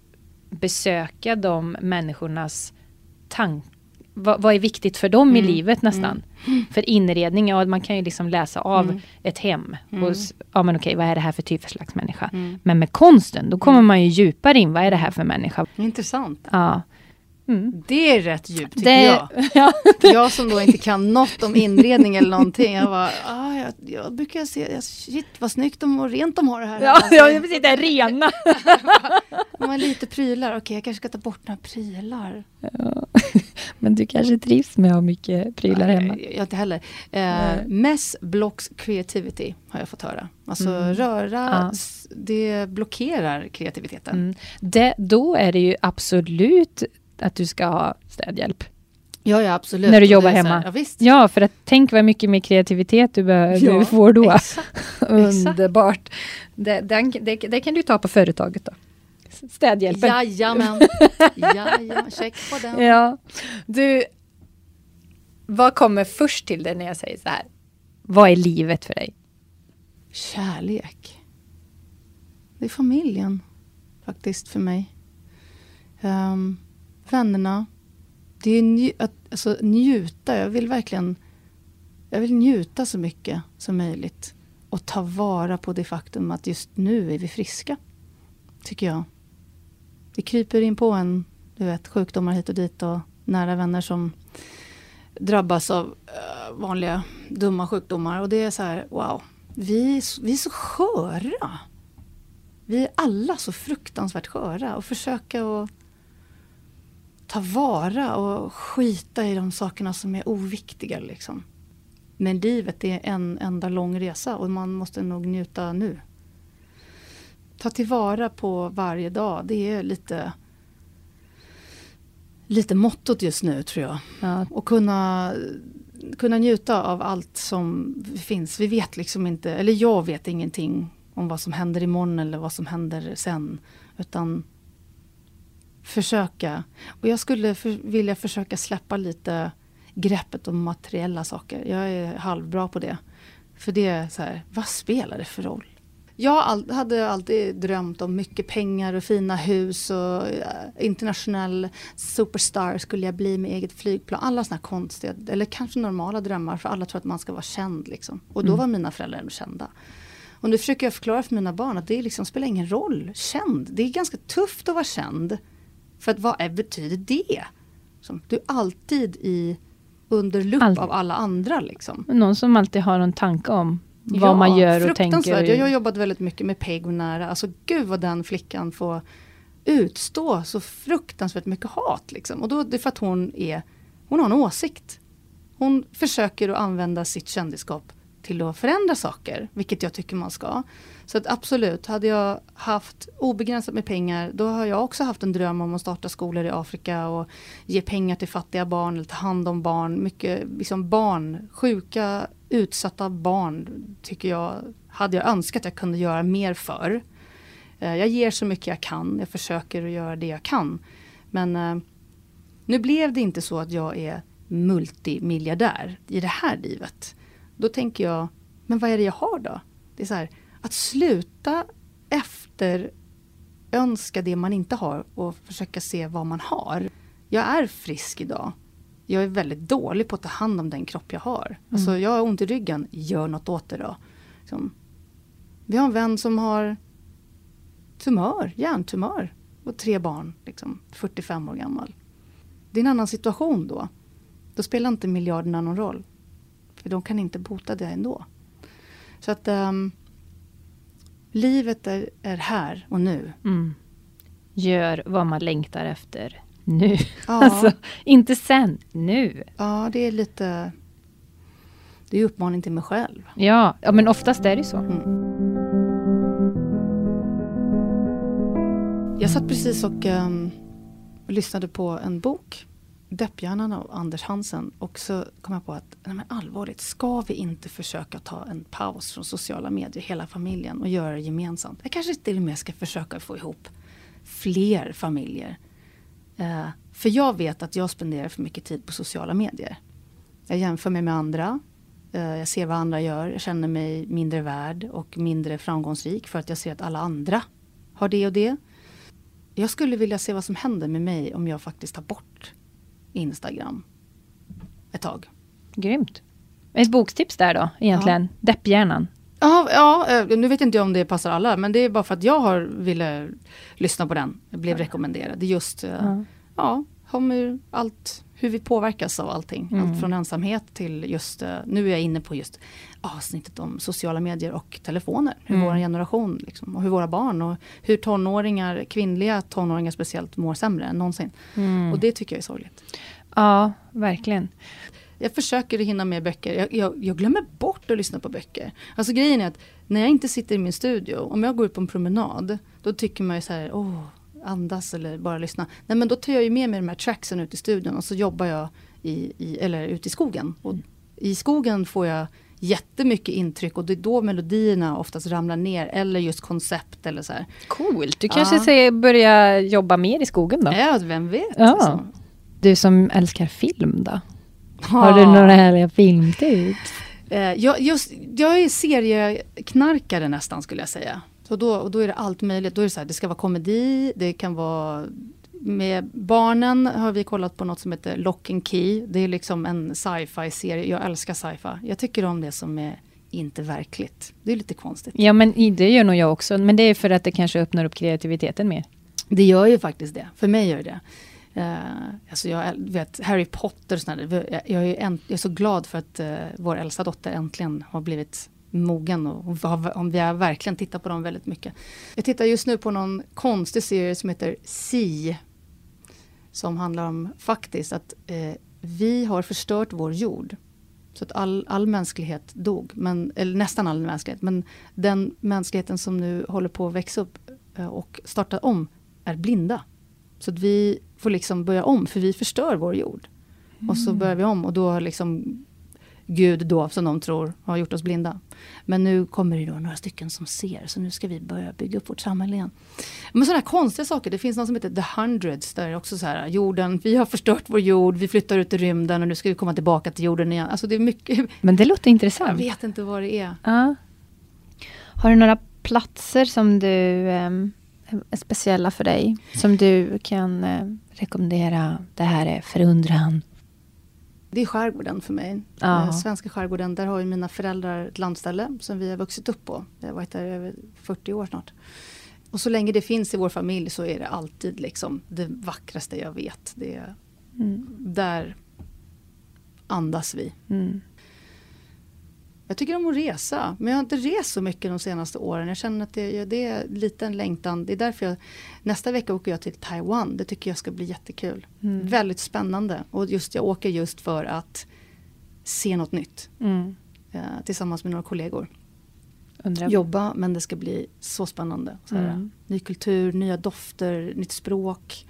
besöka de människornas tankar. Vad, vad är viktigt för dem mm. i livet nästan? Mm. För inredning, ja, man kan ju liksom läsa av mm. ett hem. Mm. Och, ja men okej, vad är det här för typ för slags människa? Mm. Men med konsten, då kommer man ju djupare in. Vad är det här för människa? Intressant. Ja. Mm. Det är rätt djupt tycker det, jag. Ja. Jag som då inte kan något om inredning eller någonting. Jag bara, ah, jag, jag brukar se, shit vad snyggt de och rent de har det här. Ja, alltså, jag vill sitta rena. Man har lite prylar, okej jag kanske ska ta bort några prylar. Ja. Men du kanske trivs med att ha mycket prylar hemma. Jag, jag inte heller. Eh, mess blocks creativity har jag fått höra. Alltså mm. röra, ja. Det blockerar kreativiteten. Mm. Det, då är det ju absolut att du ska ha städhjälp. Ja, ja, absolut. När du jobbar hemma. Här, ja, visst. Ja, för att tänk vad mycket mer kreativitet du, be- ja, du får då. Exakt. Underbart. Det, den, det, det kan du ta på företaget då. Städhjälpen. Jajamän. Jajamän. Check på den. Ja. Du, vad kommer först till dig när jag säger så här? Vad är livet för dig? Kärlek. Det är familjen. Faktiskt för mig. Um, vännerna. Det är nj- att alltså, njuta. Jag vill verkligen jag vill njuta så mycket som möjligt. Och ta vara på det faktum att just nu är vi friska. Tycker jag. Det kryper in på en, du vet, sjukdomar hit och dit och nära vänner som drabbas av uh, vanliga dumma sjukdomar. Och det är så här, wow. Vi, vi är så sköra. Vi är alla så fruktansvärt sköra. Och försöka att ta vara och skita i de sakerna som är oviktiga liksom. Men livet är en enda lång resa och man måste nog njuta nu. Ta tillvara på varje dag. Det är lite lite mottot just nu tror jag. Ja. Och kunna kunna njuta av allt som finns. Vi vet liksom inte, eller jag vet ingenting om vad som händer imorgon eller vad som händer sen. Utan försöka. Och jag skulle för, vilja försöka släppa lite greppet om materiella saker. Jag är halvbra på det. För det är så här, vad spelar det för roll? Jag all, hade alltid drömt om mycket pengar och fina hus och uh, internationell superstar skulle jag bli med eget flygplan. Alla såna här konstiga, eller kanske normala drömmar för alla tror att man ska vara känd liksom. Och då mm. var mina föräldrar kända. Och nu försöker jag förklara för mina barn att det liksom spelar ingen roll. Känd, det är ganska tufft att vara känd. För att vad är, betyder det? Som, du är alltid i under lupp All... av alla andra liksom. Någon som alltid har en tanke om vad ja, man gör och tänker. Jag har jobbat väldigt mycket med Peg och nära. Alltså gud vad den flickan får utstå så fruktansvärt mycket hat. Liksom. Och då det är för att hon, är, hon har en åsikt. Hon försöker att använda sitt kändisskap till att förändra saker, vilket jag tycker man ska. Så att absolut, hade jag haft obegränsat med pengar, då har jag också haft en dröm om att starta skolor i Afrika och ge pengar till fattiga barn eller ta hand om barn. Mycket liksom barn, sjuka, utsatta barn tycker jag, hade jag önskat att jag kunde göra mer för. Jag ger så mycket jag kan, jag försöker att göra det jag kan. Men eh, nu blev det inte så att jag är multimiljardär i det här livet. Då tänker jag, men vad är det jag har då? Det är så här, att sluta efter önska det man inte har och försöka se vad man har. Jag är frisk idag. Jag är väldigt dålig på att ta hand om den kropp jag har. Mm. Alltså jag har ont i ryggen, gör något åt det då. Liksom. Vi har en vän som har tumör, hjärntumör och tre barn, liksom, fyrtiofem år gammal. Det är en annan situation då. Då spelar inte miljarderna någon roll. För de kan inte bota det ändå. Så att um, livet är, är här och nu. Mm. Gör vad man längtar efter nu. Ja. Alltså, inte sen, nu. Ja, det är lite... Det är uppmaning till mig själv. Ja, ja men oftast är det så. Mm. Jag satt precis och um, lyssnade på en bok. Depphjärnan av Anders Hansen. Och så kom jag på att, nej men allvarligt, ska vi inte försöka ta en paus från sociala medier, hela familjen, och göra det gemensamt? Jag kanske till och med ska försöka få ihop fler familjer. Uh, för jag vet att jag spenderar för mycket tid på sociala medier. Jag jämför mig med andra. Uh, jag ser vad andra gör. Jag känner mig mindre värd och mindre framgångsrik för att jag ser att alla andra har det och det. Jag skulle vilja se vad som händer med mig om jag faktiskt tar bort Instagram ett tag. Grymt. Ett bokstips där då, egentligen. Ja. Depphjärnan. Ja, ja, nu vet inte jag om det passar alla, men det är bara för att jag har ville lyssna på den. Jag blev ja. rekommenderad. Det är just ja. Ja, om hur, allt, hur vi påverkas av allting. Mm. Allt från ensamhet till just, nu är jag inne på just avsnittet om sociala medier och telefoner. Hur mm. vår generation liksom, och hur våra barn och hur tonåringar, kvinnliga tonåringar speciellt, mår sämre än någonsin. Mm. Och det tycker jag är sorgligt. Ja, verkligen. Jag försöker hinna med böcker. Jag, jag, jag glömmer bort att lyssna på böcker. Alltså grejen är att när jag inte sitter i min studio, om jag går ut på en promenad, då tycker man ju så här, åh, andas eller bara lyssna. Nej, men då tar jag ju med mig de här tracksen ut i studion och så jobbar jag i, i, eller ute i skogen. Och i skogen får jag jättemycket intryck och det är då melodierna oftast ramlar ner eller just koncept eller så här. Coolt. Du kanske ja. säger börja jobba mer i skogen då? Ja, vem vet. Ja. Liksom. Du som älskar film då? Ja. Har du några härliga filmtips? Eh, jag, just, jag är serieknarkare nästan skulle jag säga. Så då, och då är det allt möjligt. Då är det så här, det ska vara komedi, det kan vara... Med barnen har vi kollat på något som heter Lock and Key. Det är liksom en sci-fi-serie. Jag älskar sci-fi. Jag tycker om det som är inte verkligt. Det är lite konstigt. Ja, men det gör nog jag också. Men det är för att det kanske öppnar upp kreativiteten mer. Det gör ju faktiskt det. För mig gör det. Uh, alltså jag vet, Harry Potter och sådär. Jag, jag, är en, jag är så glad för att uh, vår äldsta dotter äntligen har blivit mogen och, och om vi har verkligen tittat på dem väldigt mycket. Jag tittar just nu på någon konstig serie som heter Sea. Som handlar om faktiskt att eh, vi har förstört vår jord. Så att all, all mänsklighet dog. Men, eller nästan all mänsklighet. Men den mänskligheten som nu håller på att växa upp eh, och starta om är blinda. Så att vi får liksom börja om. För vi förstör vår jord. Mm. Och så börjar vi om. Och då har liksom Gud då, som de tror, har gjort oss blinda. Men nu kommer det då några stycken som ser. Så nu ska vi börja bygga upp vårt samhälle igen. Men sådana här konstiga saker. Det finns något som heter The Hundreds. Där är också så här, jorden, vi har förstört vår jord. Vi flyttar ut i rymden och nu ska vi komma tillbaka till jorden igen. Alltså det är mycket. Men det låter intressant. Jag vet inte vad det är. Ja. Har du några platser som du eh, är speciella för dig? Som du kan eh, rekommendera? Det här är förundran. Det är skärgården för mig. Eh, svenska skärgården. Där har ju mina föräldrar ett landställe som vi har vuxit upp på. Jag har varit där över fyrtio år snart. Och så länge det finns i vår familj så är det alltid liksom det vackraste jag vet. Det är, mm. Där andas vi. Mm. Jag tycker om att resa. Men jag har inte rest så mycket de senaste åren. Jag känner att det, det är lite en längtan. Det är därför jag, nästa vecka åker jag till Taiwan. Det tycker jag ska bli jättekul. Mm. Väldigt spännande. Och just jag åker just för att se något nytt. Mm. Eh, tillsammans med några kollegor. Undrar. Jobba, men det ska bli så spännande. Så här, mm. Ny kultur, nya dofter, nytt språk.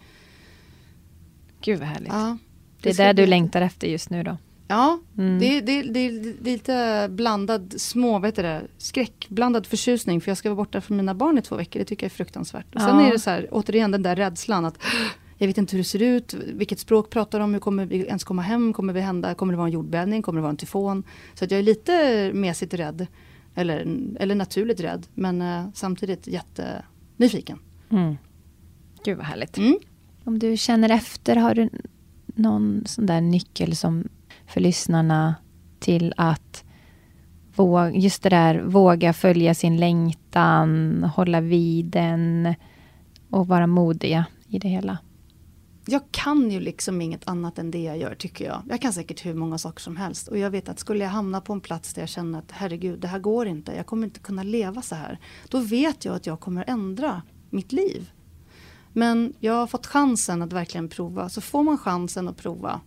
Gud vad härligt. Ja, det, det är där du längtar efter just nu då? Ja, mm. det, det, det, det är lite blandad, små, vad heter det, skräckblandad förtjusning. För jag ska vara borta från mina barn i två veckor. Det tycker jag är fruktansvärt. Och sen ja. är det så här, återigen den där rädslan att jag vet inte hur det ser ut. Vilket språk pratar de? Hur kommer vi ens komma hem? Kommer vi hända? Kommer det vara en jordbävning? Kommer det vara en tyfon? Så att jag är lite mesigt rädd. Eller, eller naturligt rädd. Men uh, samtidigt jättenyfiken. Mm. Gud vad härligt. Mm. Om du känner efter, har du någon sån där nyckel som för lyssnarna till att våga, just det där, våga följa sin längtan, hålla vid den och vara modiga i det hela? Jag kan ju liksom inget annat än det jag gör, tycker jag. Jag kan säkert hur många saker som helst. Och jag vet att skulle jag hamna på en plats där jag känner att herregud, det här går inte. Jag kommer inte kunna leva så här. Då vet jag att jag kommer ändra mitt liv. Men jag har fått chansen att verkligen prova. Så får man chansen att prova,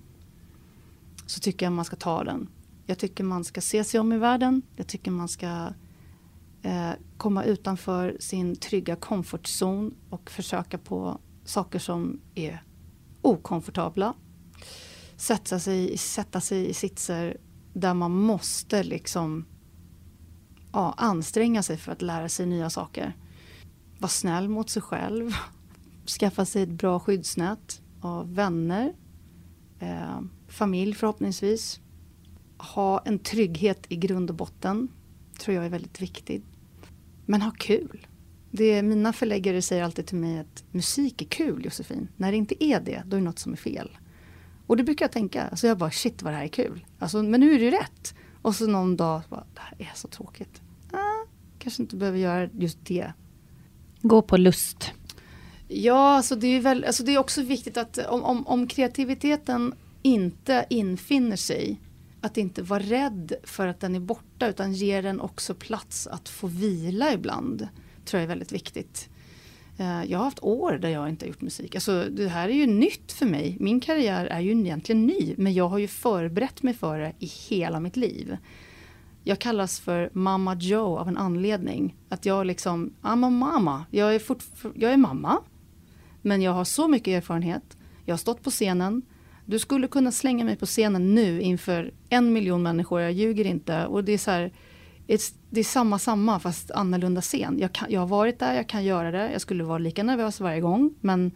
så tycker jag man ska ta den. Jag tycker man ska se sig om i världen. Jag tycker man ska eh, komma utanför sin trygga komfortzon och försöka på saker som är okomfortabla. Sätta sig, sätta sig i sitser där man måste liksom ja, anstränga sig för att lära sig nya saker. Var snäll mot sig själv. Skaffa sig ett bra skyddsnät av vänner. Eh, familj förhoppningsvis. Ha en trygghet i grund och botten. Tror jag är väldigt viktigt. Men ha kul. Det, mina förläggare säger alltid till mig att musik är kul, Josefin. När det inte är det, då är det något som är fel. Och det brukar jag tänka. Alltså jag bara, shit vad det här är kul. Alltså, men nu är det ju rätt. Och så någon dag, bara, det här är så tråkigt. Ah, kanske inte behöver göra just det. Gå på lust. Ja, alltså det är väl, alltså det är också viktigt att om, om, om kreativiteten inte infinner sig, att inte vara rädd för att den är borta, utan ge den också plats att få vila ibland, tror jag är väldigt viktigt. Jag har haft år där jag inte har gjort musik. Alltså det här är ju nytt för mig. Min karriär är ju egentligen ny, men jag har ju förberett mig för det i hela mitt liv. Jag kallas för Mamma Joe av en anledning. Att jag liksom, I'm a mamma. Jag är, fortfar- jag är mamma. Men jag har så mycket erfarenhet. Jag har stått på scenen. Du skulle kunna slänga mig på scenen nu inför en miljon människor. Jag ljuger inte. Och det är så här, det är samma samma fast annorlunda scen. Jag, kan, jag har varit där, jag kan göra det. Jag skulle vara lika nervös varje gång. Men,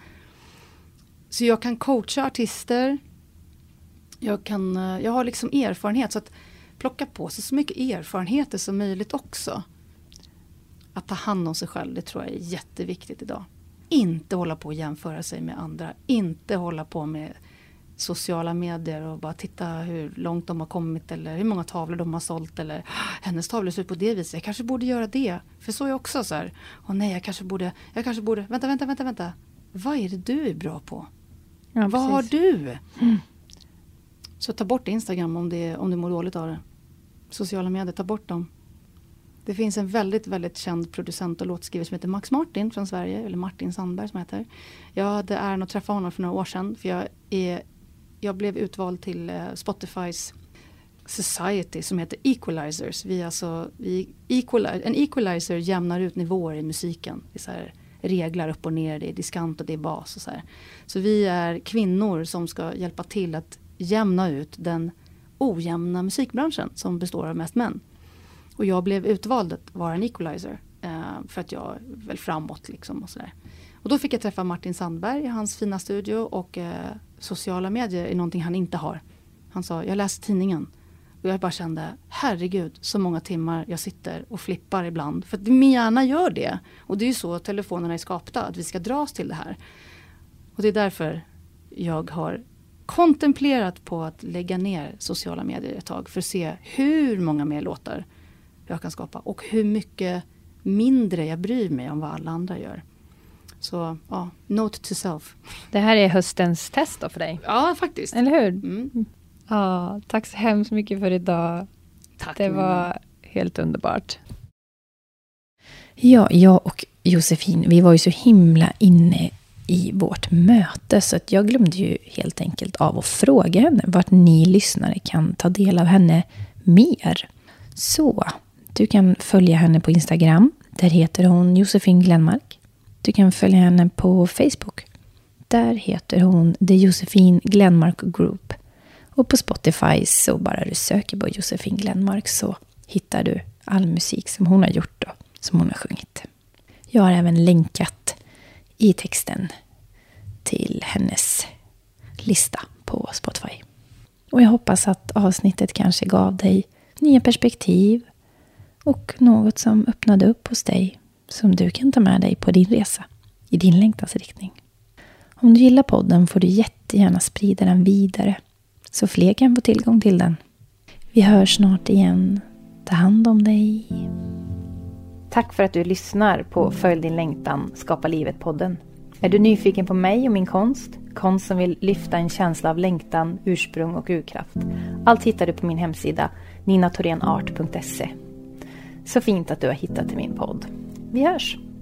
så jag kan coacha artister. Jag, kan, jag har liksom erfarenhet. Så att plocka på sig så mycket erfarenheter som möjligt också. Att ta hand om sig själv, det tror jag är jätteviktigt idag. Inte hålla på och jämföra sig med andra. Inte hålla på med sociala medier och bara titta hur långt de har kommit eller hur många tavlor de har sålt eller hennes tavlor ser ut på det viset. Jag kanske borde göra det. För så är jag också så här. Åh nej, jag kanske borde, jag kanske borde, vänta, vänta, vänta, vänta. Vad är det du är bra på? Ja, vad precis. Har du? Mm. Så ta bort Instagram om, det, om du mår dåligt av det. Sociala medier, ta bort dem. Det finns en väldigt, väldigt känd producent och låtskrivare som heter Max Martin från Sverige. Eller Martin Sandberg som heter. Jag hade äran att träffa honom för några år sedan. För jag, är, jag blev utvald till uh, Spotifys Society som heter Equalizers. Vi alltså, vi equalize, en equalizer jämnar ut nivåer i musiken. Det är så här, reglar upp och ner, det är diskant och det är bas och så här. Så vi är kvinnor som ska hjälpa till att jämna ut den ojämna musikbranschen som består av mest män. Och jag blev utvald att vara en equalizer. Eh, för att jag är väl framåt liksom och sådär. Och då fick jag träffa Martin Sandberg i hans fina studio. Och eh, sociala medier är någonting han inte har. Han sa, jag läste tidningen. Och jag bara kände, herregud, så många timmar jag sitter och flippar ibland. För att min hjärna gör det. Och det är ju så telefonerna är skapta, att vi ska dras till det här. Och det är därför jag har kontemplerat på att lägga ner sociala medier ett tag. För att se hur många mer låtar jag kan skapa. Och hur mycket mindre jag bryr mig om vad alla andra gör. Så, ja, note to self. Det här är höstens test då för dig. Ja, faktiskt. Eller hur? Mm. Ja, tack så hemskt mycket för idag. Tack. Det var helt underbart. Ja, jag och Josefin, vi var ju så himla inne i vårt möte så att jag glömde ju helt enkelt av att fråga henne vart ni lyssnare kan ta del av henne mer. Så, du kan följa henne på Instagram. Där heter hon Josefin Glenmark. Du kan följa henne på Facebook. Där heter hon The Josefin Glenmark Group. Och på Spotify så bara du söker på Josefin Glenmark så hittar du all musik som hon har gjort då, som hon har sjungit. Jag har även länkat i texten till hennes lista på Spotify. Och jag hoppas att avsnittet kanske gav dig nya perspektiv och något som öppnade upp hos dig som du kan ta med dig på din resa i din längtans riktning. Om du gillar podden får du jättegärna sprida den vidare så fler kan få tillgång till den. Vi hörs snart igen. Ta hand om dig. Tack för att du lyssnar på Följ din längtan, skapa livet-podden. Är du nyfiken på mig och min konst? Konst som vill lyfta en känsla av längtan, ursprung och urkraft. Allt hittar du på min hemsida nina thorén art punkt se. Så fint att du har hittat till min podd. Vi hörs!